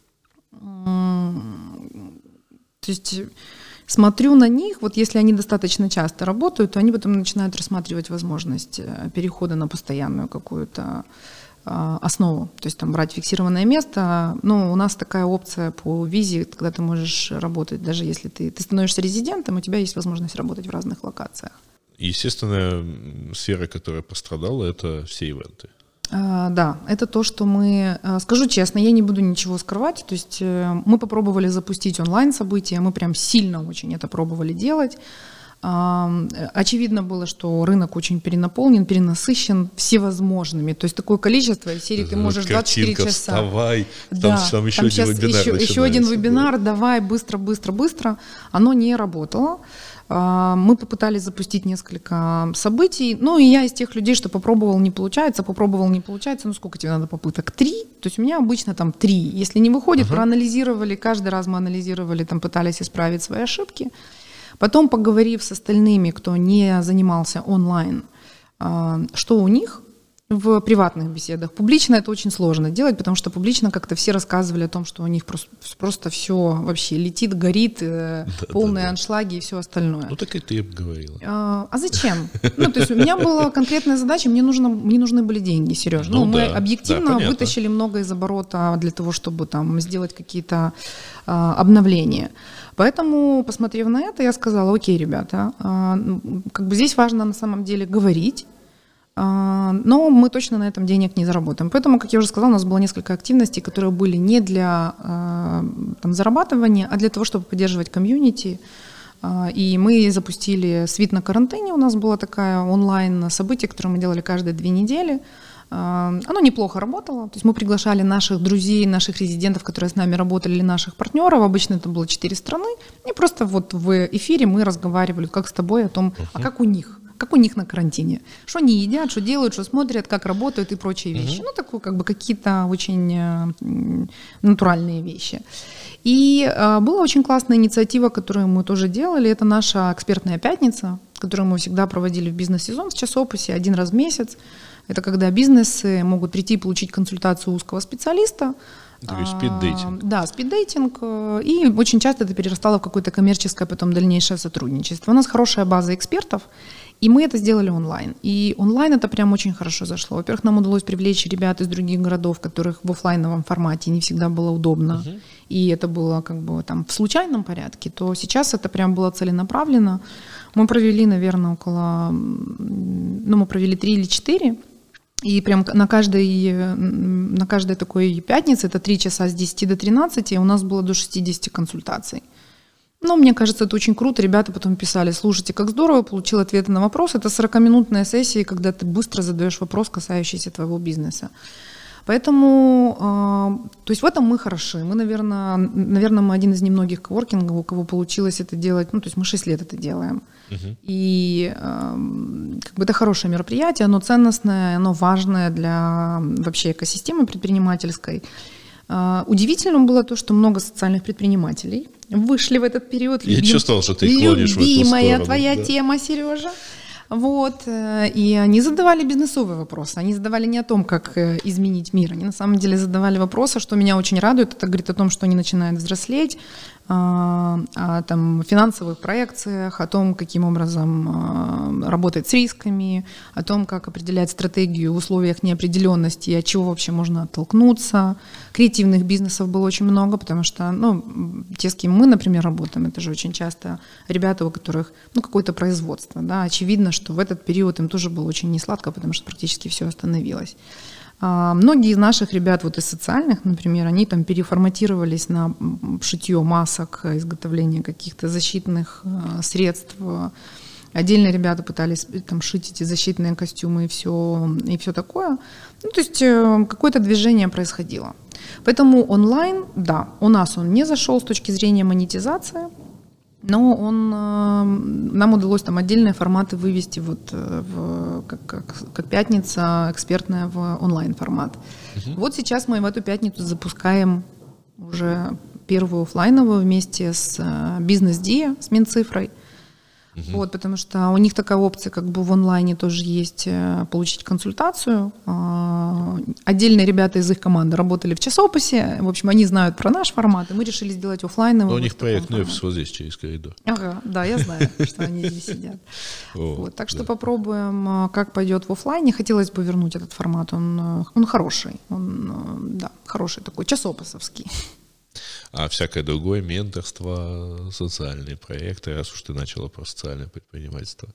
то есть смотрю на них, вот если они достаточно часто работают, то они потом начинают рассматривать возможность перехода на постоянную какую-то основу, то есть там брать фиксированное место. Ну, у нас такая опция по визе, когда ты можешь работать, даже если ты становишься резидентом, у тебя есть возможность работать в разных локациях. Естественная сфера, которая пострадала, это все ивенты. Да, это то, что мы, скажу честно, я не буду ничего скрывать, то есть мы попробовали запустить онлайн-события, мы прям сильно очень это пробовали делать. Очевидно было, что рынок очень перенаполнен, перенасыщен всевозможными, то есть такое количество, в серии ты можешь 24 часа. Вставай, да, там еще один вебинар еще один вебинар, давай, быстро, оно не работало. Мы попытались запустить несколько событий, ну и я из тех людей, что попробовал, не получается, ну сколько тебе надо попыток? 3, то есть у меня обычно там 3, если не выходит, проанализировали, каждый раз мы анализировали, там пытались исправить свои ошибки, потом поговорив с остальными, кто не занимался онлайн, что у них в приватных беседах. Публично это очень сложно делать, потому что публично как-то все рассказывали о том, что у них просто все вообще летит, горит, полные аншлаги и все остальное. Ну так и ты говорила. А зачем? Ну, то есть у меня была конкретная задача, мне нужны были деньги, Сереж. Ну, мы объективно вытащили много из оборота для того, чтобы там сделать какие-то обновления. Поэтому, посмотрев на это, я сказала, окей, ребята, как бы здесь важно на самом деле говорить, но мы точно на этом денег не заработаем. Поэтому, как я уже сказала, у нас было несколько активностей, которые были не для там, зарабатывания, а для того, чтобы поддерживать комьюнити. И мы запустили «Свит на карантине». У нас было такое онлайн-событие, которое мы делали каждые 2 недели. Оно неплохо работало. То есть мы приглашали наших друзей, наших резидентов, которые с нами работали, или наших партнеров. Обычно это было 4 страны. И просто вот в эфире мы разговаривали, как с тобой, о том, а как у них. Как у них на карантине. Что они едят, что делают, что смотрят, как работают и прочие вещи. Ну, такое как бы какие-то очень натуральные вещи. И была очень классная инициатива, которую мы тоже делали. Это наша экспертная пятница, которую мы всегда проводили в бизнес-сезон в часописе 1 раз в месяц. Это когда бизнесы могут прийти и получить консультацию узкого специалиста. То есть спиддейтинг. Да, спиддейтинг. И очень часто это перерастало в какое-то коммерческое, потом дальнейшее сотрудничество. У нас хорошая база экспертов, и мы это сделали онлайн. И онлайн это прям очень хорошо зашло. Во-первых, нам удалось привлечь ребят из других городов, которых в офлайновом формате не всегда было удобно. И это было как бы там в случайном порядке. То сейчас это прям было целенаправленно. Мы провели, наверное, мы провели 3 или 4. И прям на каждой такой пятнице, это 3 часа с 10 до 13, у нас было до 60 консультаций. Но мне кажется, это очень круто. Ребята потом писали, слушайте, как здорово, получил ответы на вопросы. Это 40-минутная сессия, когда ты быстро задаешь вопрос, касающийся твоего бизнеса. Поэтому, то есть в этом мы хороши. Мы, наверное, мы один из немногих коворкингов, у кого получилось это делать, ну, то есть мы 6 лет это делаем. И как бы это хорошее мероприятие, оно ценностное, оно важное для вообще экосистемы предпринимательской. Удивительным было то, что много социальных предпринимателей вышли в этот период. Я чувствовал, что ты клонишь в эту сторону. Любимая твоя тема, Сережа. Вот, и они задавали бизнесовые вопросы. Они задавали не о том, как изменить мир. Они на самом деле задавали вопросы, что меня очень радует. Это говорит о том, что они начинают взрослеть, о там, финансовых проекциях, о том, каким образом работать с рисками, о том, как определять стратегию в условиях неопределенности и от чего вообще можно оттолкнуться. Креативных бизнесов было очень много, потому что, ну, те, с кем мы, например, работаем, это же очень часто ребята, у которых, ну, какое-то производство, да, очевидно, что в этот период им тоже было очень несладко, потому что практически все остановилось. Многие из наших ребят, вот из социальных, например, они там переформатировались на шитье масок, изготовление каких-то защитных средств. Отдельно ребята пытались там шить эти защитные костюмы и все такое. Ну, то есть какое-то движение происходило. Поэтому онлайн, да, у нас он не зашел с точки зрения монетизации, но нам удалось там отдельные форматы вывести вот как пятница экспертная в онлайн-формат. Вот сейчас мы в эту пятницу запускаем уже первую офлайновую вместе с Бизнес-Диа, с Минцифрой. Вот, потому что у них такая опция, как бы в онлайне тоже есть, получить консультацию. Отдельные ребята из их команды работали в часописе. В общем, они знают про наш формат, и мы решили сделать офлайновый. Но у них проектный офис вот здесь, через коридор. Ага, да, я знаю, что они здесь сидят. Вот, так что попробуем, как пойдет в офлайне. Хотелось бы вернуть этот формат. Он хороший. Он, да, хороший такой, часописовский. А всякое другое, менторство, социальные проекты, раз уж ты начала про социальное предпринимательство?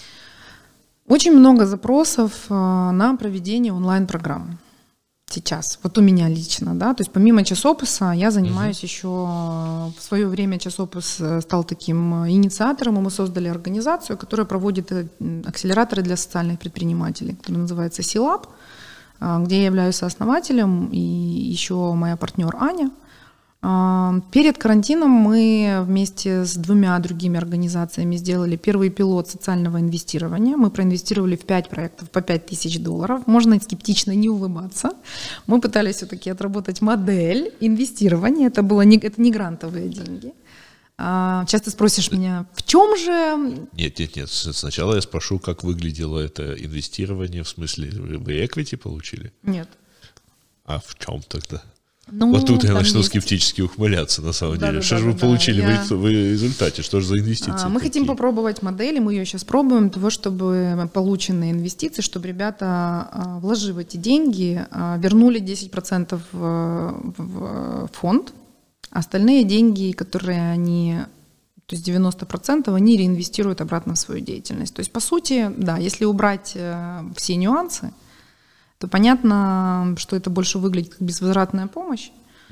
Очень много запросов на проведение онлайн-программ сейчас. Вот у меня лично, да, то есть помимо часописа я занимаюсь еще, в свое время часопис стал таким инициатором, и мы создали организацию, которая проводит акселераторы для социальных предпринимателей, которая называется C-Lab, где я являюсь сооснователем, и еще моя партнер Аня. Перед карантином мы вместе с 2 другими организациями сделали первый пилот социального инвестирования. Мы проинвестировали в 5 проектов по $5000. Можно скептично не улыбаться. Мы пытались все-таки отработать модель инвестирования. Это не грантовые деньги. Часто спросишь меня, в чем же... Нет. Сначала я спрошу, как выглядело это инвестирование. В смысле, вы equity получили? Нет. А в чем тогда? Ну, вот тут я начну скептически ухмыляться, на самом деле. Что же вы получили в результате? Что же за инвестиции? Мы хотим попробовать модель, и мы ее сейчас пробуем, того, чтобы полученные инвестиции, чтобы ребята, вложив эти деньги, вернули 10% в фонд, остальные деньги, которые они, то есть 90%, они реинвестируют обратно в свою деятельность. То есть, по сути, да, если убрать все нюансы, то понятно, что это больше выглядит как безвозвратная помощь.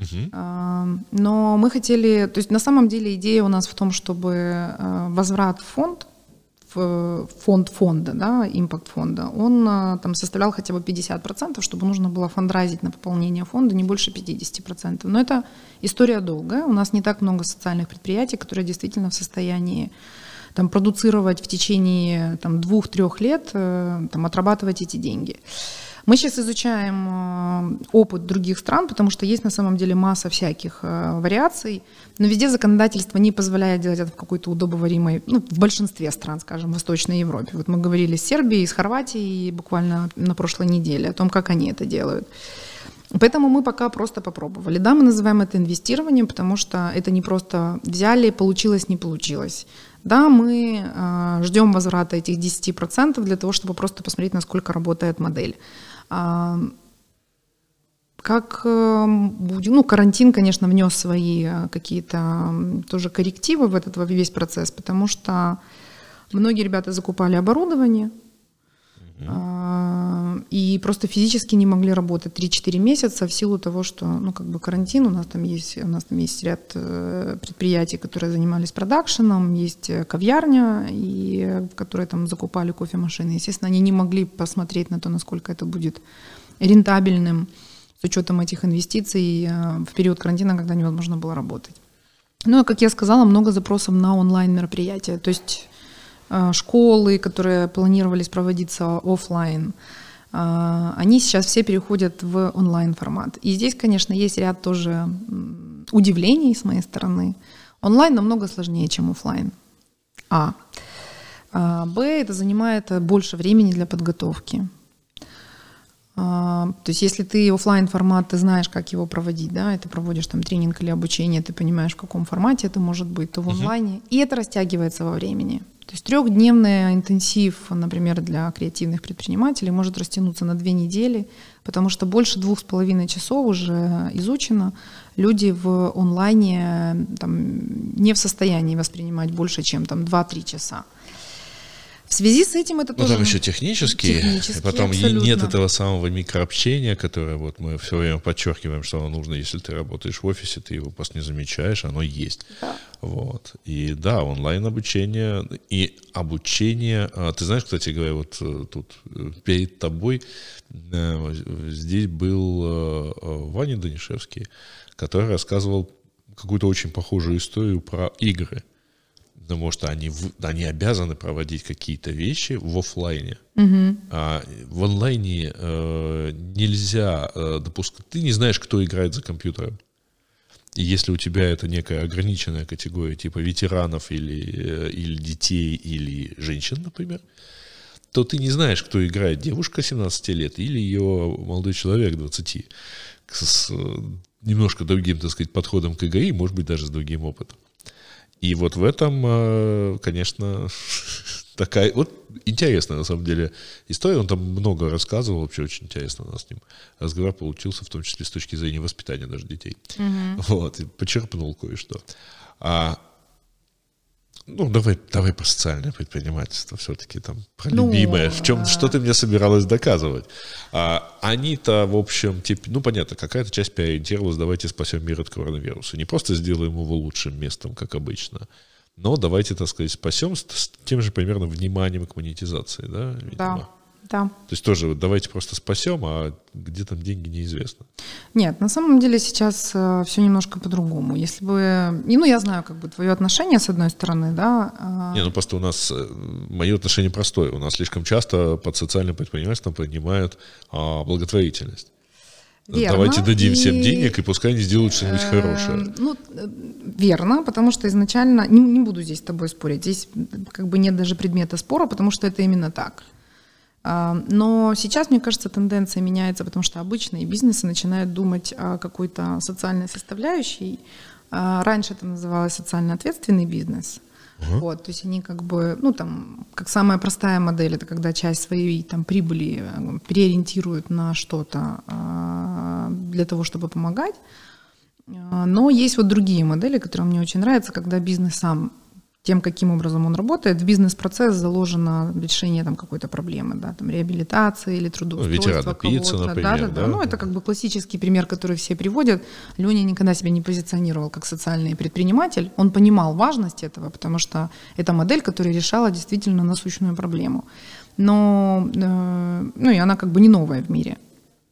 Но мы хотели, то есть на самом деле идея у нас в том, чтобы возврат в фонд фонда, да, импакт фонда, он там составлял хотя бы 50%, чтобы нужно было фандрайзить на пополнение фонда не больше 50%. Но это история долгая. У нас не так много социальных предприятий, которые действительно в состоянии там, продуцировать в течение 2-3 лет, там, отрабатывать эти деньги. Мы сейчас изучаем опыт других стран, потому что есть на самом деле масса всяких вариаций, но везде законодательство не позволяет делать это в какой-то удобоваримой, ну, в большинстве стран, скажем, в Восточной Европе. Вот мы говорили с Сербией, с Хорватией буквально на прошлой неделе о том, как они это делают. Поэтому мы пока просто попробовали. Да, мы называем это инвестированием, потому что это не просто взяли, получилось, не получилось. Да, мы ждем возврата этих 10% для того, чтобы просто посмотреть, насколько работает модель. Как будем, ну, карантин, конечно, внес свои какие-то тоже коррективы в этот весь процесс, потому что многие ребята закупали оборудование, и просто физически не могли работать 3-4 месяца в силу того, что, ну, как бы карантин, у нас там есть ряд предприятий, которые занимались продакшеном, есть кав'ярня, в которой там закупали кофемашины. Естественно, они не могли посмотреть на то, насколько это будет рентабельным с учетом этих инвестиций в период карантина, когда невозможно было работать. Ну, и, как я сказала, много запросов на онлайн-мероприятия. То есть школы, которые планировались проводиться офлайн, они сейчас все переходят в онлайн-формат. И здесь, конечно, есть ряд тоже удивлений с моей стороны. Онлайн намного сложнее, чем офлайн. Б, это занимает больше времени для подготовки. То есть если ты офлайн формат, ты знаешь, как его проводить, да, и ты проводишь там тренинг или обучение, ты понимаешь, в каком формате это может быть, то в онлайне. И это растягивается во времени. То есть 3-дневный интенсив, например, для креативных предпринимателей может растянуться на 2 недели, потому что больше 2,5 часов уже изучено. Люди в онлайне там, не в состоянии воспринимать больше, чем там, 2-3 часа. В связи с этим это тоже... там еще технически потом абсолютно. Нет этого самого микрообщения, которое вот мы все время подчеркиваем, что оно нужно, если ты работаешь в офисе, ты его просто не замечаешь, оно есть. Да. Вот. И да, онлайн-обучение и обучение... Ты знаешь, кстати говоря, вот тут перед тобой здесь был Ваня Данишевский, который рассказывал какую-то очень похожую историю про игры. Потому что они обязаны проводить какие-то вещи в офлайне. А в онлайне нельзя допускать. Ты не знаешь, кто играет за компьютером. И если у тебя это некая ограниченная категория, типа ветеранов или детей, или женщин, например, то ты не знаешь, кто играет, девушка 17 лет или ее молодой человек 20, с немножко другим, так сказать, подходом к игре, может быть, даже с другим опытом. И вот в этом, конечно, такая вот интересная, на самом деле, история. Он там много рассказывал, вообще очень интересно у нас с ним разговор получился, в том числе с точки зрения воспитания даже детей. Вот, и почерпнул кое-что. Давай про социальное предпринимательство все-таки, там, про любимое. Что ты мне собиралась доказывать? Они-то, в общем, понятно, какая-то часть переориентировалась, давайте спасем мир от коронавируса. Не просто сделаем его лучшим местом, как обычно, но давайте, так сказать, спасем с тем же примерно вниманием к монетизации, да? Видимо. Да. То есть тоже давайте просто спасем, а где там деньги, неизвестно. Нет, на самом деле сейчас все немножко по-другому. Если бы... я знаю, как бы, твое отношение, с одной стороны, да. Просто у нас, мое отношение простое. У нас слишком часто под социальным предпринимательством понимают благотворительность. Верно. Давайте дадим всем денег, и пускай они сделают что-нибудь хорошее. Верно, потому что изначально... Не буду здесь с тобой спорить. Здесь как бы нет даже предмета спора, потому что это именно так. Но сейчас, мне кажется, тенденция меняется, потому что обычные бизнесы начинают думать о какой-то социальной составляющей. Раньше это называлось социально ответственный бизнес. Вот, то есть они как бы, как самая простая модель, это когда часть своей там прибыли переориентируют на что-то для того, чтобы помогать. Но есть вот другие модели, которые мне очень нравятся, когда бизнес сам тем, каким образом он работает, в бизнес-процесс заложено решение там, какой-то проблемы, да, там, реабилитации или трудоустройства кого-то. Например, да? Это как бы классический пример, который все приводят. Леня никогда себя не позиционировал как социальный предприниматель. Он понимал важность этого, потому что это модель, которая решала действительно насущную проблему. Но и она как бы не новая в мире.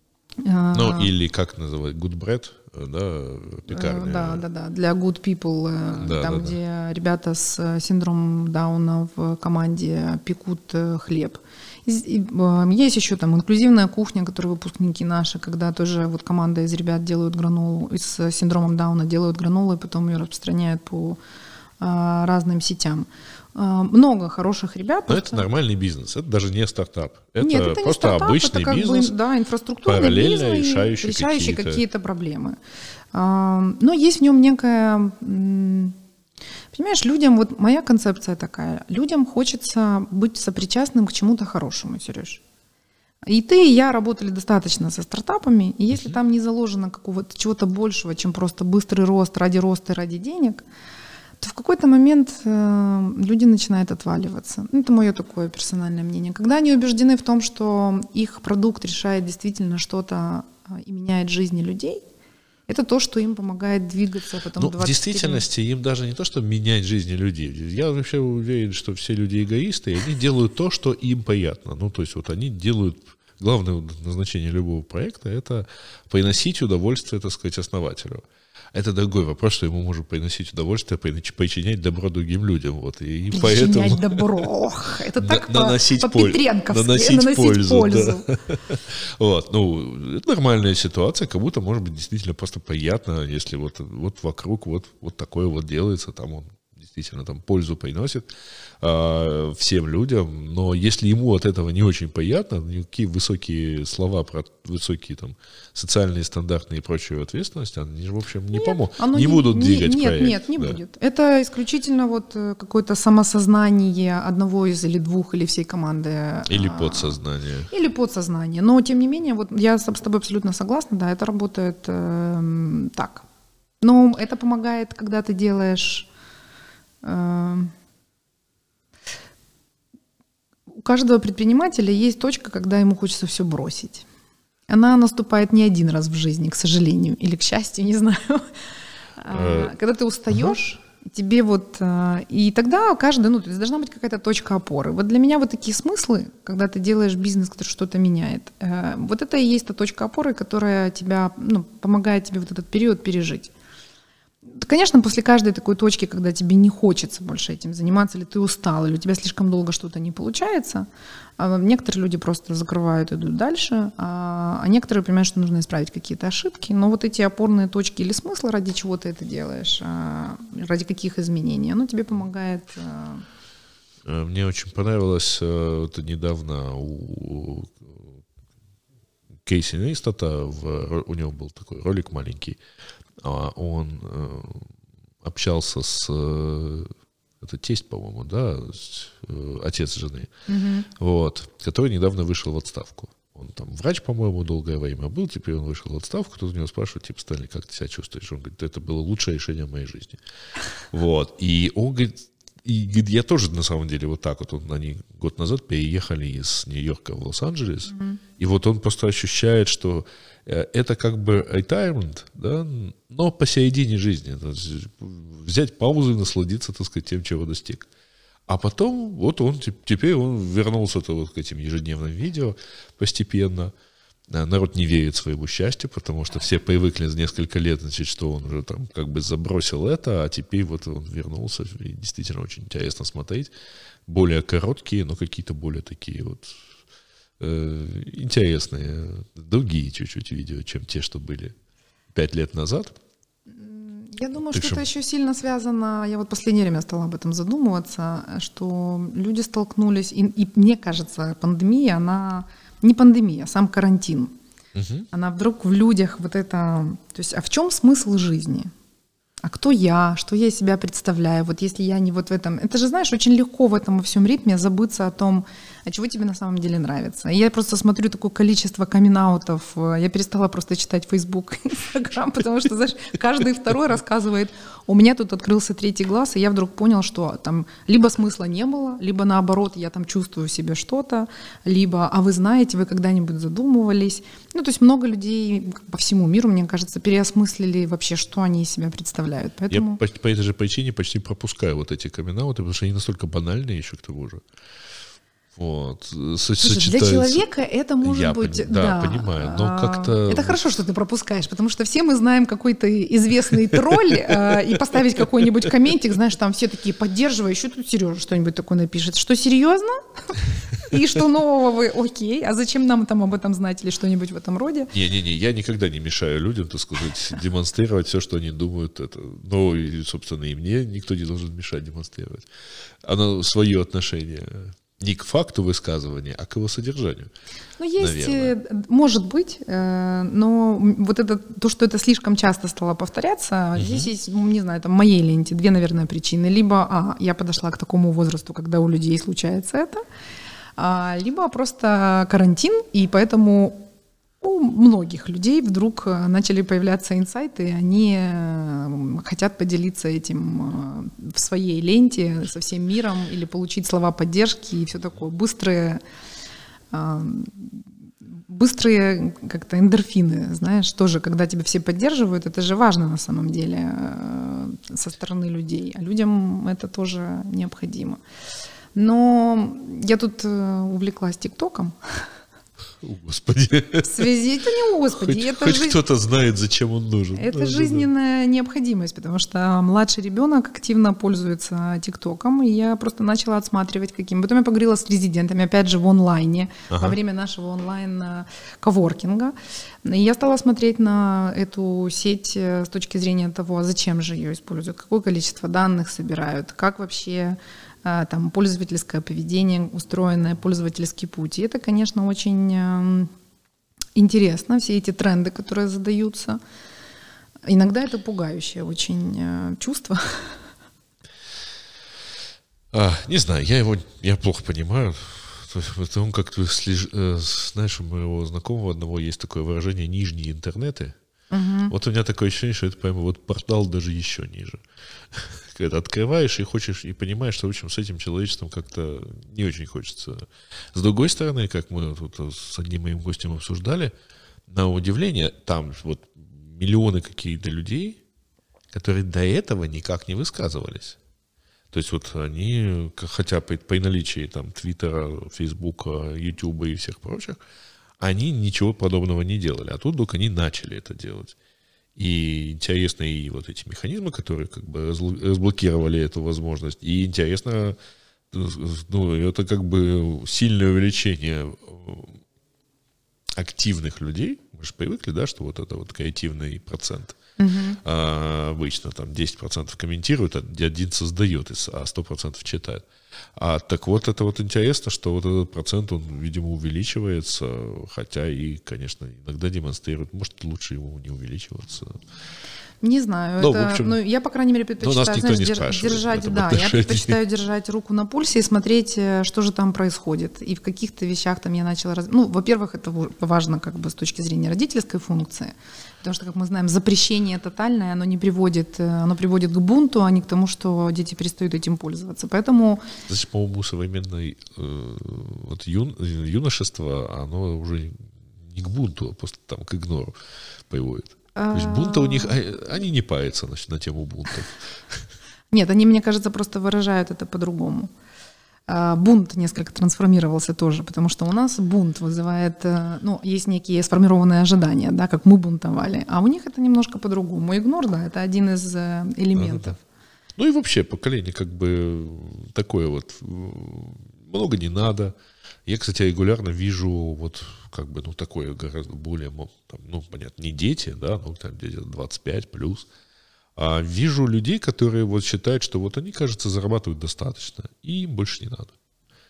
Или как называть, good bread, да, пекарня. Да, для good people, где ребята с синдромом Дауна в команде пекут хлеб. Есть еще там инклюзивная кухня, которую выпускники наши, когда тоже вот команда из ребят делают гранолу, с синдромом Дауна делают гранолу, и потом ее распространяют по разным сетям. Много хороших ребят. Но это нормальный бизнес, это даже не стартап. Это просто не стартап, обычный это бизнес, инфраструктурный параллельно бизнес, решающий какие-то проблемы. Но есть в нем некая... Понимаешь, людям, вот моя концепция такая, людям хочется быть сопричастным к чему-то хорошему, Сереж. И ты, и я работали достаточно со стартапами, и если там не заложено какого-то чего-то большего, чем просто быстрый рост роста и ради денег, то в какой-то момент люди начинают отваливаться. Это мое такое персональное мнение. Когда они убеждены в том, что их продукт решает действительно что-то и меняет жизни людей, это то, что им помогает двигаться потом 24 в действительности им даже не то, что менять жизни людей. Я вообще уверен, что все люди эгоисты, и они делают то, что им приятно. То есть вот они делают главное назначение любого проекта — это приносить удовольствие, так сказать, основателю. Это другой вопрос, что ему может приносить удовольствие, причинять добро другим людям. Вот. И причинять поэтому добро. Это так по-петренковски. Наносить пользу. Да. Вот. Ну, это нормальная ситуация, кому-то может быть действительно просто приятно, если вот вокруг вот такое вот делается, там он действительно там пользу приносит всем людям, но если ему от этого не очень приятно, никакие высокие слова про высокие там социальные стандарты и прочую ответственность, они же, в общем, не помогут, не будут двигать проект. Нет, не будет. Это исключительно вот какое-то самосознание одного из или двух, или всей команды. Или подсознание. Или подсознание. Но, тем не менее, вот я с тобой абсолютно согласна, да, это работает так. Но это помогает, когда ты делаешь... У каждого предпринимателя есть точка, когда ему хочется все бросить. Она наступает не один раз в жизни, к сожалению, или к счастью, не знаю. Когда ты устаешь, тебе вот... И тогда каждый... Ну, то есть должна быть какая-то точка опоры. Вот для меня вот такие смыслы, когда ты делаешь бизнес, который что-то меняет, вот это и есть та точка опоры, которая тебя, ну, помогает тебе вот этот период пережить. Конечно, после каждой такой точки, когда тебе не хочется больше этим заниматься, или ты устал, или у тебя слишком долго что-то не получается, некоторые люди просто закрывают и идут дальше, а некоторые понимают, что нужно исправить какие-то ошибки. Но вот эти опорные точки или смыслы, ради чего ты это делаешь, ради каких изменений, оно тебе помогает. Мне очень понравилось это недавно у Кейси Нейстата, у него был такой ролик маленький. Он общался с... Это тесть, по-моему, да? Отец жены. Вот, который недавно вышел в отставку. Он там врач, по-моему, долгое время был, теперь он вышел в отставку. Кто-то у него спрашивает, типа, Стэнли, как ты себя чувствуешь? Он говорит, это было лучшее решение в моей жизни. Вот. И он говорит, я тоже, на самом деле, вот так вот, они год назад переехали из Нью-Йорка в Лос-Анджелес, и вот он просто ощущает, что это как бы retirement, да, но посередине жизни. Взять паузу и насладиться, так сказать, тем, чего достиг. А потом, вот он, теперь он вернулся вот к этим ежедневным видео постепенно. Народ не верит своему счастью, потому что все привыкли за несколько лет, значит, что он уже там как бы забросил это, а теперь вот он вернулся, и действительно очень интересно смотреть. Более короткие, но какие-то более такие вот интересные, другие чуть-чуть видео, чем те, что были 5 лет назад. Я думаю, что это еще сильно связано, я вот последнее время стала об этом задумываться, что люди столкнулись, и мне кажется, пандемия, она не пандемия, а сам карантин. Она вдруг в людях вот это... То есть, а в чем смысл жизни? А кто я? Что я из себя представляю? Вот если я не вот в этом... Это же, знаешь, очень легко в этом во всем ритме забыться о том, а чего тебе на самом деле нравится. И я просто смотрю такое количество камин-аутов. Я перестала просто читать Facebook, Instagram, потому что, знаешь, каждый второй рассказывает, у меня тут открылся третий глаз, и я вдруг понял, что там либо смысла не было, либо наоборот, я там чувствую в себе что-то, либо, а вы знаете, вы когда-нибудь задумывались. Ну, то есть много людей по всему миру, мне кажется, переосмыслили вообще, что они из себя представляют. Поэтому... Я по этой же причине почти пропускаю вот эти камин-ауты, потому что они настолько банальные еще к тому же. Вот. Слушай, для человека это может быть... Да, понимаю, но как-то... Это хорошо, что ты пропускаешь, потому что все мы знаем какой-то известный тролль, и поставить какой-нибудь комментик, знаешь, там все такие поддерживая, еще тут Сережа что-нибудь такое напишет. Что, серьезно? И что нового вы? Окей, а зачем нам там об этом знать или что-нибудь в этом роде? Не-не-не, я никогда не мешаю людям, так сказать, демонстрировать все, что они думают. Это. Ну, и, собственно, и мне никто не должен мешать демонстрировать. Оно свое отношение... Не к факту высказывания, а к его содержанию. Ну, есть, наверное. Может быть, но вот это, то, что это слишком часто стало повторяться, здесь есть, не знаю, там в моей ленте две, наверное, причины. Либо, я подошла к такому возрасту, когда у людей случается это, либо просто карантин, и поэтому у многих людей вдруг начали появляться инсайты, и они хотят поделиться этим в своей ленте со всем миром или получить слова поддержки и все такое. Быстрые как-то эндорфины, знаешь, тоже, когда тебя все поддерживают, это же важно на самом деле со стороны людей, а людям это тоже необходимо. Но я тут увлеклась ТикТоком. О, Господи. В связи это не о Господи. Хоть кто-то знает, зачем он нужен. Это жизненная необходимость, потому что младший ребенок активно пользуется ТикТоком, и я просто начала отсматривать каким. Потом я поговорила с резидентами, опять же, в онлайне, во время нашего онлайн-коворкинга. И я стала смотреть на эту сеть с точки зрения того, зачем же ее используют, какое количество данных собирают, как вообще там пользовательское поведение устроенное, пользовательский путь. И это, конечно, очень интересно, все эти тренды, которые задаются. Иногда это пугающее очень чувство. Не знаю, я плохо понимаю. Он как-то, знаешь, у моего знакомого одного есть такое выражение «нижние интернеты». Вот у меня такое ощущение, что это прямо вот портал даже еще ниже. Когда открываешь и хочешь, и понимаешь, что, в общем, с этим человечеством как-то не очень хочется. С другой стороны, как мы тут с одним моим гостем обсуждали, на удивление, там вот миллионы каких-то людей, которые до этого никак не высказывались. То есть вот они, хотя при наличии там Твиттера, Фейсбука, Ютуба и всех прочих, они ничего подобного не делали. А тут вдруг они начали это делать. И интересно и вот эти механизмы, которые как бы разблокировали эту возможность. И интересно, ну, это как бы сильное увеличение активных людей. Мы же привыкли, да, что вот это вот креативный процент. Обычно там 10% комментируют, а 1% создает, а 100% читает. Так вот, это вот интересно, что вот этот процент, он, видимо, увеличивается, хотя и, конечно, иногда демонстрирует, может, лучше ему не увеличиваться. Не знаю, но, в общем, я, по крайней мере, предпочитаю, я предпочитаю держать руку на пульсе и смотреть, что же там происходит. И в каких-то вещах там я начала... во-первых, это важно как бы с точки зрения родительской функции, потому что, как мы знаем, запрещение тотальное, оно приводит к бунту, а не к тому, что дети перестают этим пользоваться. Поэтому... Значит, по-моему, современное юношество, оно уже не к бунту, а просто там к игнору приводит. То есть бунта у них, они не парятся на тему бунтов. Нет, они, мне кажется, просто выражают это по-другому. Бунт несколько трансформировался тоже, потому что у нас бунт вызывает, есть некие сформированные ожидания, да, как мы бунтовали, а у них это немножко по-другому. Игнор, да, это один из элементов. Ну и вообще поколение как бы такое вот, много не надо. Я, кстати, регулярно вижу вот как бы, такое гораздо более, понятно, не дети, да, там где-то 25 плюс, а вижу людей, которые вот считают, что вот они, кажется, зарабатывают достаточно, и им больше не надо.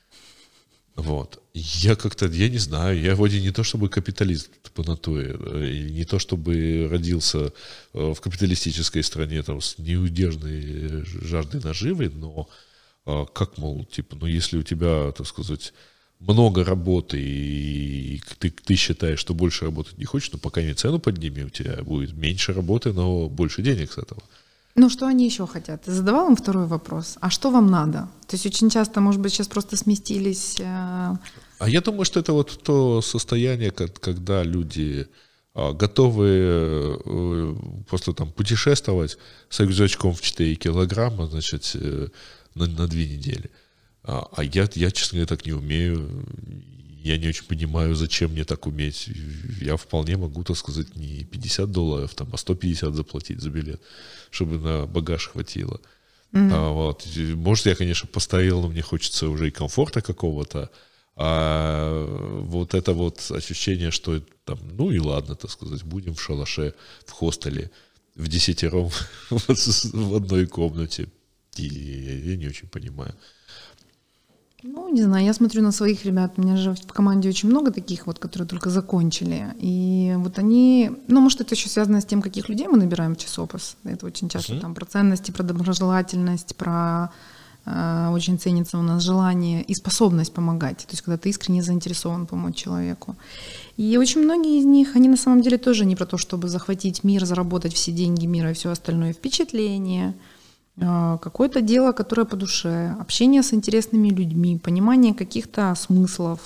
Вот. Я не знаю, я вроде не то чтобы капиталист по натуре, и не то чтобы родился в капиталистической стране там с неудержной жаждой наживы, но как, мол, если у тебя, так сказать, много работы, и ты считаешь, что больше работать не хочешь, но пока не цену подними, у тебя будет меньше работы, но больше денег с этого. Ну, что они еще хотят? Ты задавал им второй вопрос. А что вам надо? То есть очень часто, может быть, сейчас просто сместились... А я думаю, что это вот то состояние, когда люди готовы просто там путешествовать с рюкзачком в 4 килограмма, значит, на 2 недели. А я, честно говоря, так не умею. Я не очень понимаю, зачем мне так уметь. Я вполне могу, так сказать, не $50, там, а 150 заплатить за билет, чтобы на багаж хватило. Может, я, конечно, постарел, но мне хочется уже и комфорта какого-то. А вот это вот ощущение, что там, и ладно, так сказать, будем в шалаше, в хостеле, в 10-ром в одной комнате. Я не очень понимаю. Не знаю, я смотрю на своих ребят, у меня же в команде очень много таких вот, которые только закончили, и вот они, может, это еще связано с тем, каких людей мы набираем в ЧСОПОС, это очень часто там про ценности, про доброжелательность, очень ценится у нас желание и способность помогать, то есть когда ты искренне заинтересован помочь человеку. И очень многие из них, они на самом деле тоже не про то, чтобы захватить мир, заработать все деньги мира и все остальное, впечатление, какое-то дело, которое по душе, общение с интересными людьми, понимание каких-то смыслов,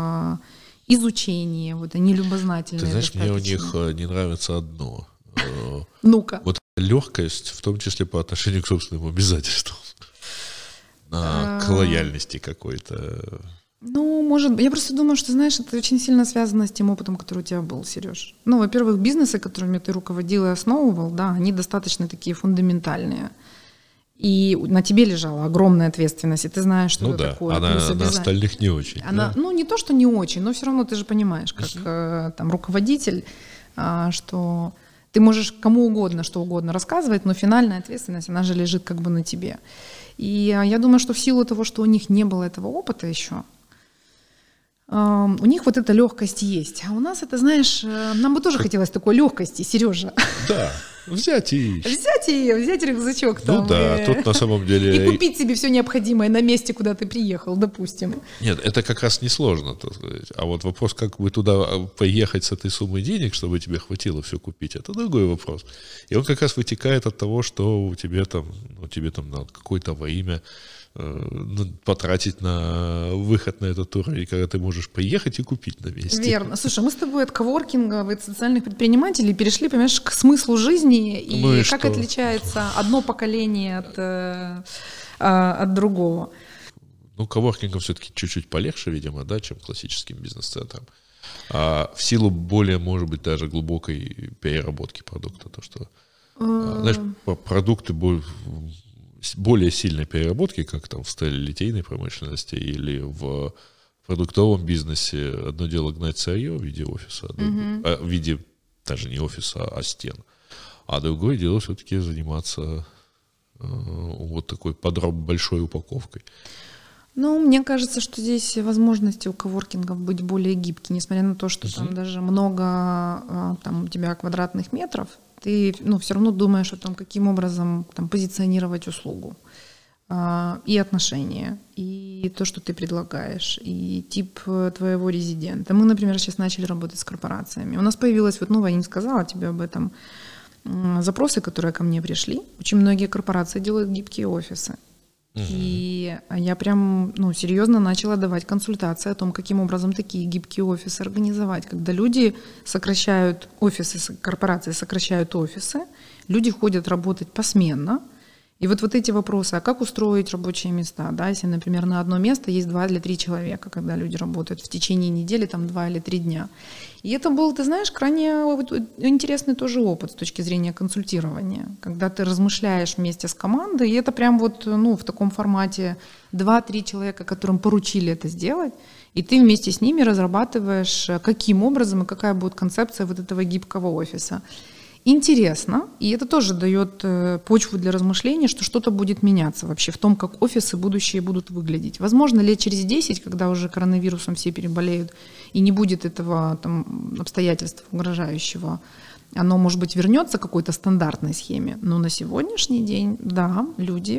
изучение, вот они любознательные. Ты знаешь, мне у них не нравится одно. Ну-ка. Вот легкость, в том числе по отношению к собственным обязательствам. К лояльности какой-то. может, я просто думаю, что, знаешь, это очень сильно связано с тем опытом, который у тебя был, Сереж. Ну, во-первых, бизнесы, которыми ты руководил и основывал, да, они достаточно такие фундаментальные. И на тебе лежала огромная ответственность, и ты знаешь, что это такое. Она на остальных не очень. Она, да? Ну, не то, что не очень, но все равно ты же понимаешь, как там руководитель, что ты можешь кому угодно, что угодно рассказывать, но финальная ответственность, она же лежит как бы на тебе. И я думаю, что в силу того, что у них не было этого опыта еще, у них вот эта легкость есть. А у нас это, знаешь, нам бы тоже хотелось такой легкости, Сережа. Да, взять рюкзачок там. Ну да, тут на самом деле... И купить себе все необходимое на месте, куда ты приехал, допустим. Нет, это как раз несложно, так сказать. А вот вопрос, как бы туда поехать с этой суммой денег, чтобы тебе хватило все купить, это другой вопрос. И он как раз вытекает от того, что тебе там надо какое-то во имя потратить на выход на этот тур, и когда ты можешь поехать и купить на месте. Верно. Слушай, мы с тобой от коворкинга, от социальных предпринимателей перешли, понимаешь, к смыслу жизни и как что? Отличается одно поколение от другого. Ну, коворкингом все-таки чуть-чуть полегче, видимо, да, чем классическим бизнес-центром. А в силу более, может быть, даже глубокой переработки продукта, то что, знаешь, продукты более сильной переработки, как там в сталелитейной промышленности или в продуктовом бизнесе. Одно дело гнать сырье в виде офиса, в виде даже не офиса, а стен. А другое дело все-таки заниматься вот такой большой упаковкой. Ну, мне кажется, что здесь возможности у коворкингов быть более гибкие, несмотря на то, что там даже много там, у тебя квадратных метров, ты все равно думаешь о том, каким образом там, позиционировать услугу и отношения, и то, что ты предлагаешь, и тип твоего резидента. Мы, например, сейчас начали работать с корпорациями. У нас появилась, я не сказала тебе об этом, запросы, которые ко мне пришли. Очень многие корпорации делают гибкие офисы. И я прям, серьезно начала давать консультации о том, каким образом такие гибкие офисы организовать. Когда люди сокращают офисы, корпорации сокращают офисы, люди ходят работать посменно. И вот эти вопросы, а как устроить рабочие места, да, если, например, на одно место есть 2 или 3 человека, когда люди работают в течение недели, там 2 или 3 дня. И это был, ты знаешь, крайне интересный тоже опыт с точки зрения консультирования, когда ты размышляешь вместе с командой, и это прям в таком формате 2-3 человека, которым поручили это сделать, и ты вместе с ними разрабатываешь, каким образом и какая будет концепция этого гибкого офиса. Интересно, и это тоже дает почву для размышлений, что что-то будет меняться вообще в том, как офисы будущие будут выглядеть. Возможно, лет через 10, когда уже коронавирусом все переболеют, и не будет этого обстоятельства угрожающего, оно, может быть, вернется к какой-то стандартной схеме. Но на сегодняшний день, да, люди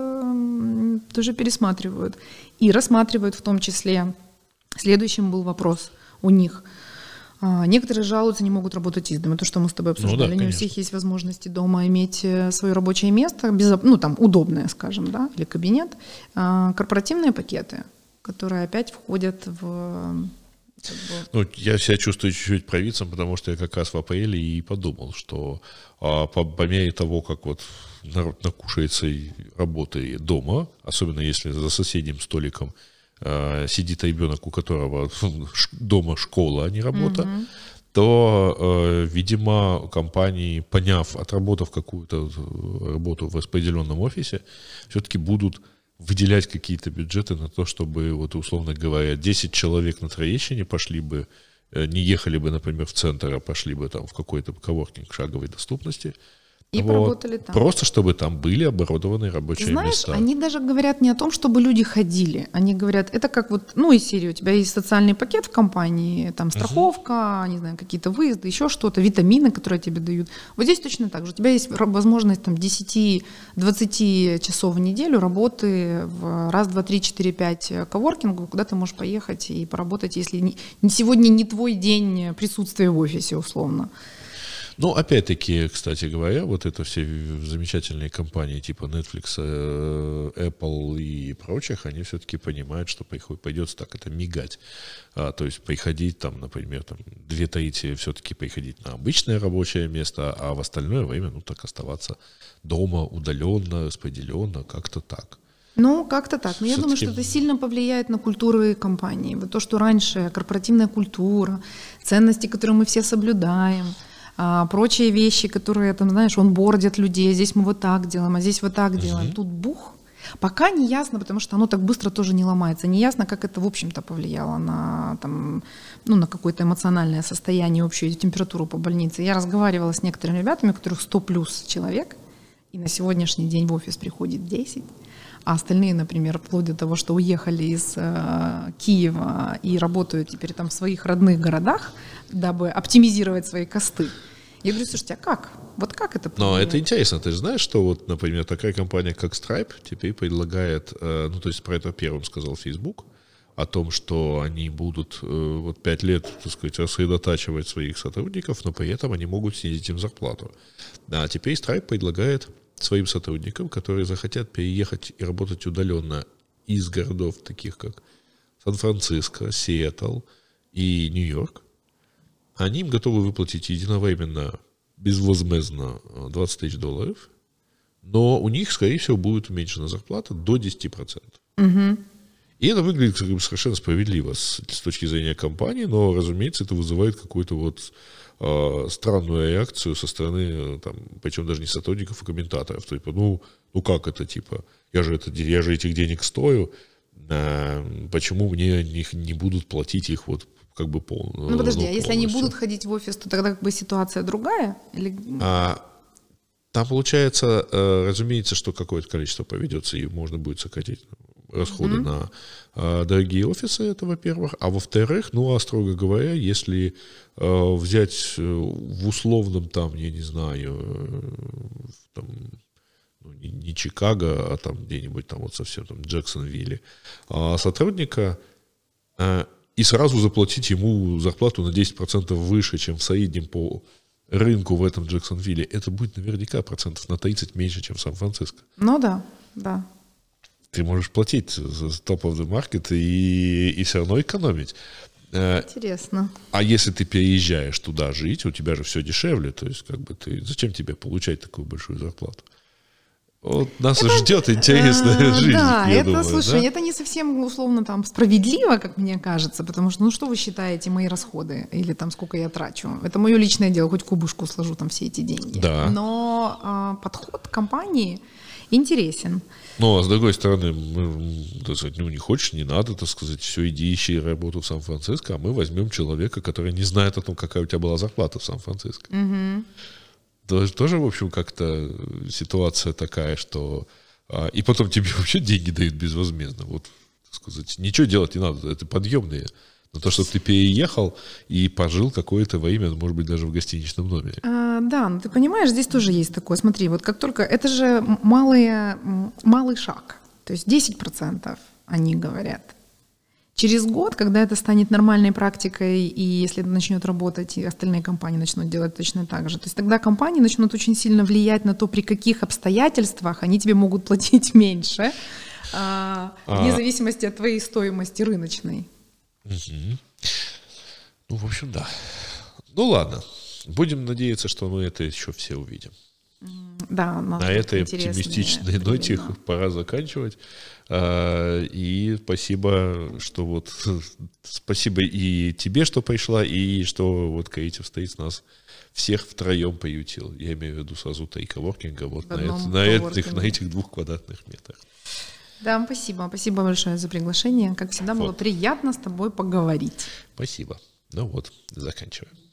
тоже пересматривают. И рассматривают в том числе. Следующим был вопрос у них – некоторые жалуются, не могут работать из дома. То, что мы с тобой обсуждали. Не у всех есть возможности дома иметь свое рабочее место, удобное, скажем, да, или кабинет. Корпоративные пакеты, которые опять входят в... я себя чувствую чуть-чуть провидцем, потому что я как раз в апреле и подумал, что по мере того, как народ накушается и работает дома, особенно если за соседним столиком сидит ребенок, у которого дома школа, а не работа, то, видимо, компании, отработав какую-то работу в распределенном офисе, все-таки будут выделять какие-то бюджеты на то, чтобы, условно говоря, 10 человек на Троещине не ехали бы, например, в центр, а пошли бы там в какой-то коворкинг шаговой доступности. И поработали там. Просто чтобы там были оборудованы рабочие места. Знаешь, они даже говорят не о том, чтобы люди ходили. Они говорят, это как из серии, у тебя есть социальный пакет в компании, там страховка, не знаю, какие-то выезды, еще что-то, витамины, которые тебе дают. Вот здесь точно так же. У тебя есть возможность там 10-20 часов в неделю работы в раз, два, три, четыре, 5 коворкингов, куда ты можешь поехать и поработать, если сегодня не твой день присутствия в офисе, условно. Опять-таки, кстати говоря, это все замечательные компании типа Netflix, Apple и прочих, они все-таки понимают, что пойдет так это мигать. То есть приходить там, например, 2/3 все-таки приходить на обычное рабочее место, а в остальное время, так оставаться дома удаленно, распределенно, как-то так. Ну, как-то так. Но я думаю, что это сильно повлияет на культуру компании. Вот то, что раньше корпоративная культура, ценности, которые мы все соблюдаем, прочие вещи, которые, там, знаешь, онбордят людей, здесь мы вот так делаем, а здесь вот так делаем. Тут бух. Пока не ясно, потому что оно так быстро тоже не ломается. Не ясно, как это, в общем-то, повлияло на, там, ну, на какое-то эмоциональное состояние, общую температуру по больнице. Я разговаривала с некоторыми ребятами, у которых 100 плюс человек, и на сегодняшний день в офис приходит 10, а остальные, например, вплоть до того, что уехали из Киева и работают теперь там в своих родных городах, дабы оптимизировать свои косты. Я говорю, слушайте, а как? Вот как это повлияет? Но это интересно. Ты же знаешь, что вот, например, такая компания, как Stripe, теперь предлагает, ну, то есть про это первым сказал Facebook, о том, что они будут вот 5 лет, так сказать, рассредотачивать своих сотрудников, но при этом они могут снизить им зарплату. А теперь Stripe предлагает своим сотрудникам, которые захотят переехать и работать удаленно из городов, таких как Сан-Франциско, Сиэтл и Нью-Йорк, они им готовы выплатить единовременно, безвозмездно $20 тысяч, но у них, скорее всего, будет уменьшена зарплата до 10%. Угу. И это выглядит совершенно справедливо с точки зрения компании, но, разумеется, это вызывает какую-то вот странную реакцию со стороны, там, причем даже не сотрудников, а комментаторов. Типа, ну как это, типа, я же этих денег стою, почему мне их не будут платить их вот как бы полностью? Ну подожди, а если они будут ходить в офис, то тогда как бы ситуация другая? Или... Там получается, разумеется, что какое-то количество поведется, и можно будет сократить расходы на дорогие офисы, это во-первых. А во-вторых, ну, а строго говоря, если взять в условном там, я не знаю, там, ну, не Чикаго, а там где-нибудь там вот совсем там Джексонвилле, сотрудника и сразу заплатить ему зарплату на 10% выше, чем в среднем по рынку в этом Джексонвилле, это будет наверняка процентов на 30 меньше, чем в Сан-Франциско. Ну да, да. Ты можешь платить за top of the market и все равно экономить. Интересно. А если ты переезжаешь туда жить, у тебя же все дешевле, то есть как бы зачем тебе получать такую большую зарплату? Вот нас ждет интересная жизнь. Да, я это, думаю, слушай, да? это не совсем условно там справедливо, как мне кажется, потому что, ну что вы считаете мои расходы или там сколько я трачу? Это мое личное дело, хоть кубышку сложу там все эти деньги. Да. Но подход компании интересен. Ну, а с другой стороны, так сказать, ну, не хочешь, не надо, так сказать, все, иди ищи работу в Сан-Франциско, а мы возьмем человека, который не знает о том, какая у тебя была зарплата в Сан-Франциско. Угу. Тоже, в общем, как-то ситуация такая, что... И потом тебе вообще деньги дают безвозмездно. Вот, так сказать, ничего делать не надо, это подъемные. Но то, что ты переехал и пожил какое-то время, может быть, даже в гостиничном номере. Да, но ты понимаешь, здесь тоже есть такое. Смотри, вот как только... Это же малый шаг. То есть 10% они говорят. Через год, когда это станет нормальной практикой, и если это начнет работать, и остальные компании начнут делать точно так же, то есть тогда компании начнут очень сильно влиять на то, при каких обстоятельствах они тебе могут платить меньше, вне зависимости от твоей стоимости рыночной. Угу. Ну, в общем, да. Ну, ладно. Будем надеяться, что мы это еще все увидим. Да, на этой оптимистичной ноте пора заканчивать. И спасибо, что вот спасибо и тебе, что пришла, и что вот Creative States нас всех втроем приютил. Я имею в виду сразу 3 коворкинга вот на этих 2 квадратных метрах. Да, спасибо. Спасибо большое за приглашение. Как всегда, было приятно с тобой поговорить. Спасибо. Ну вот, заканчиваем.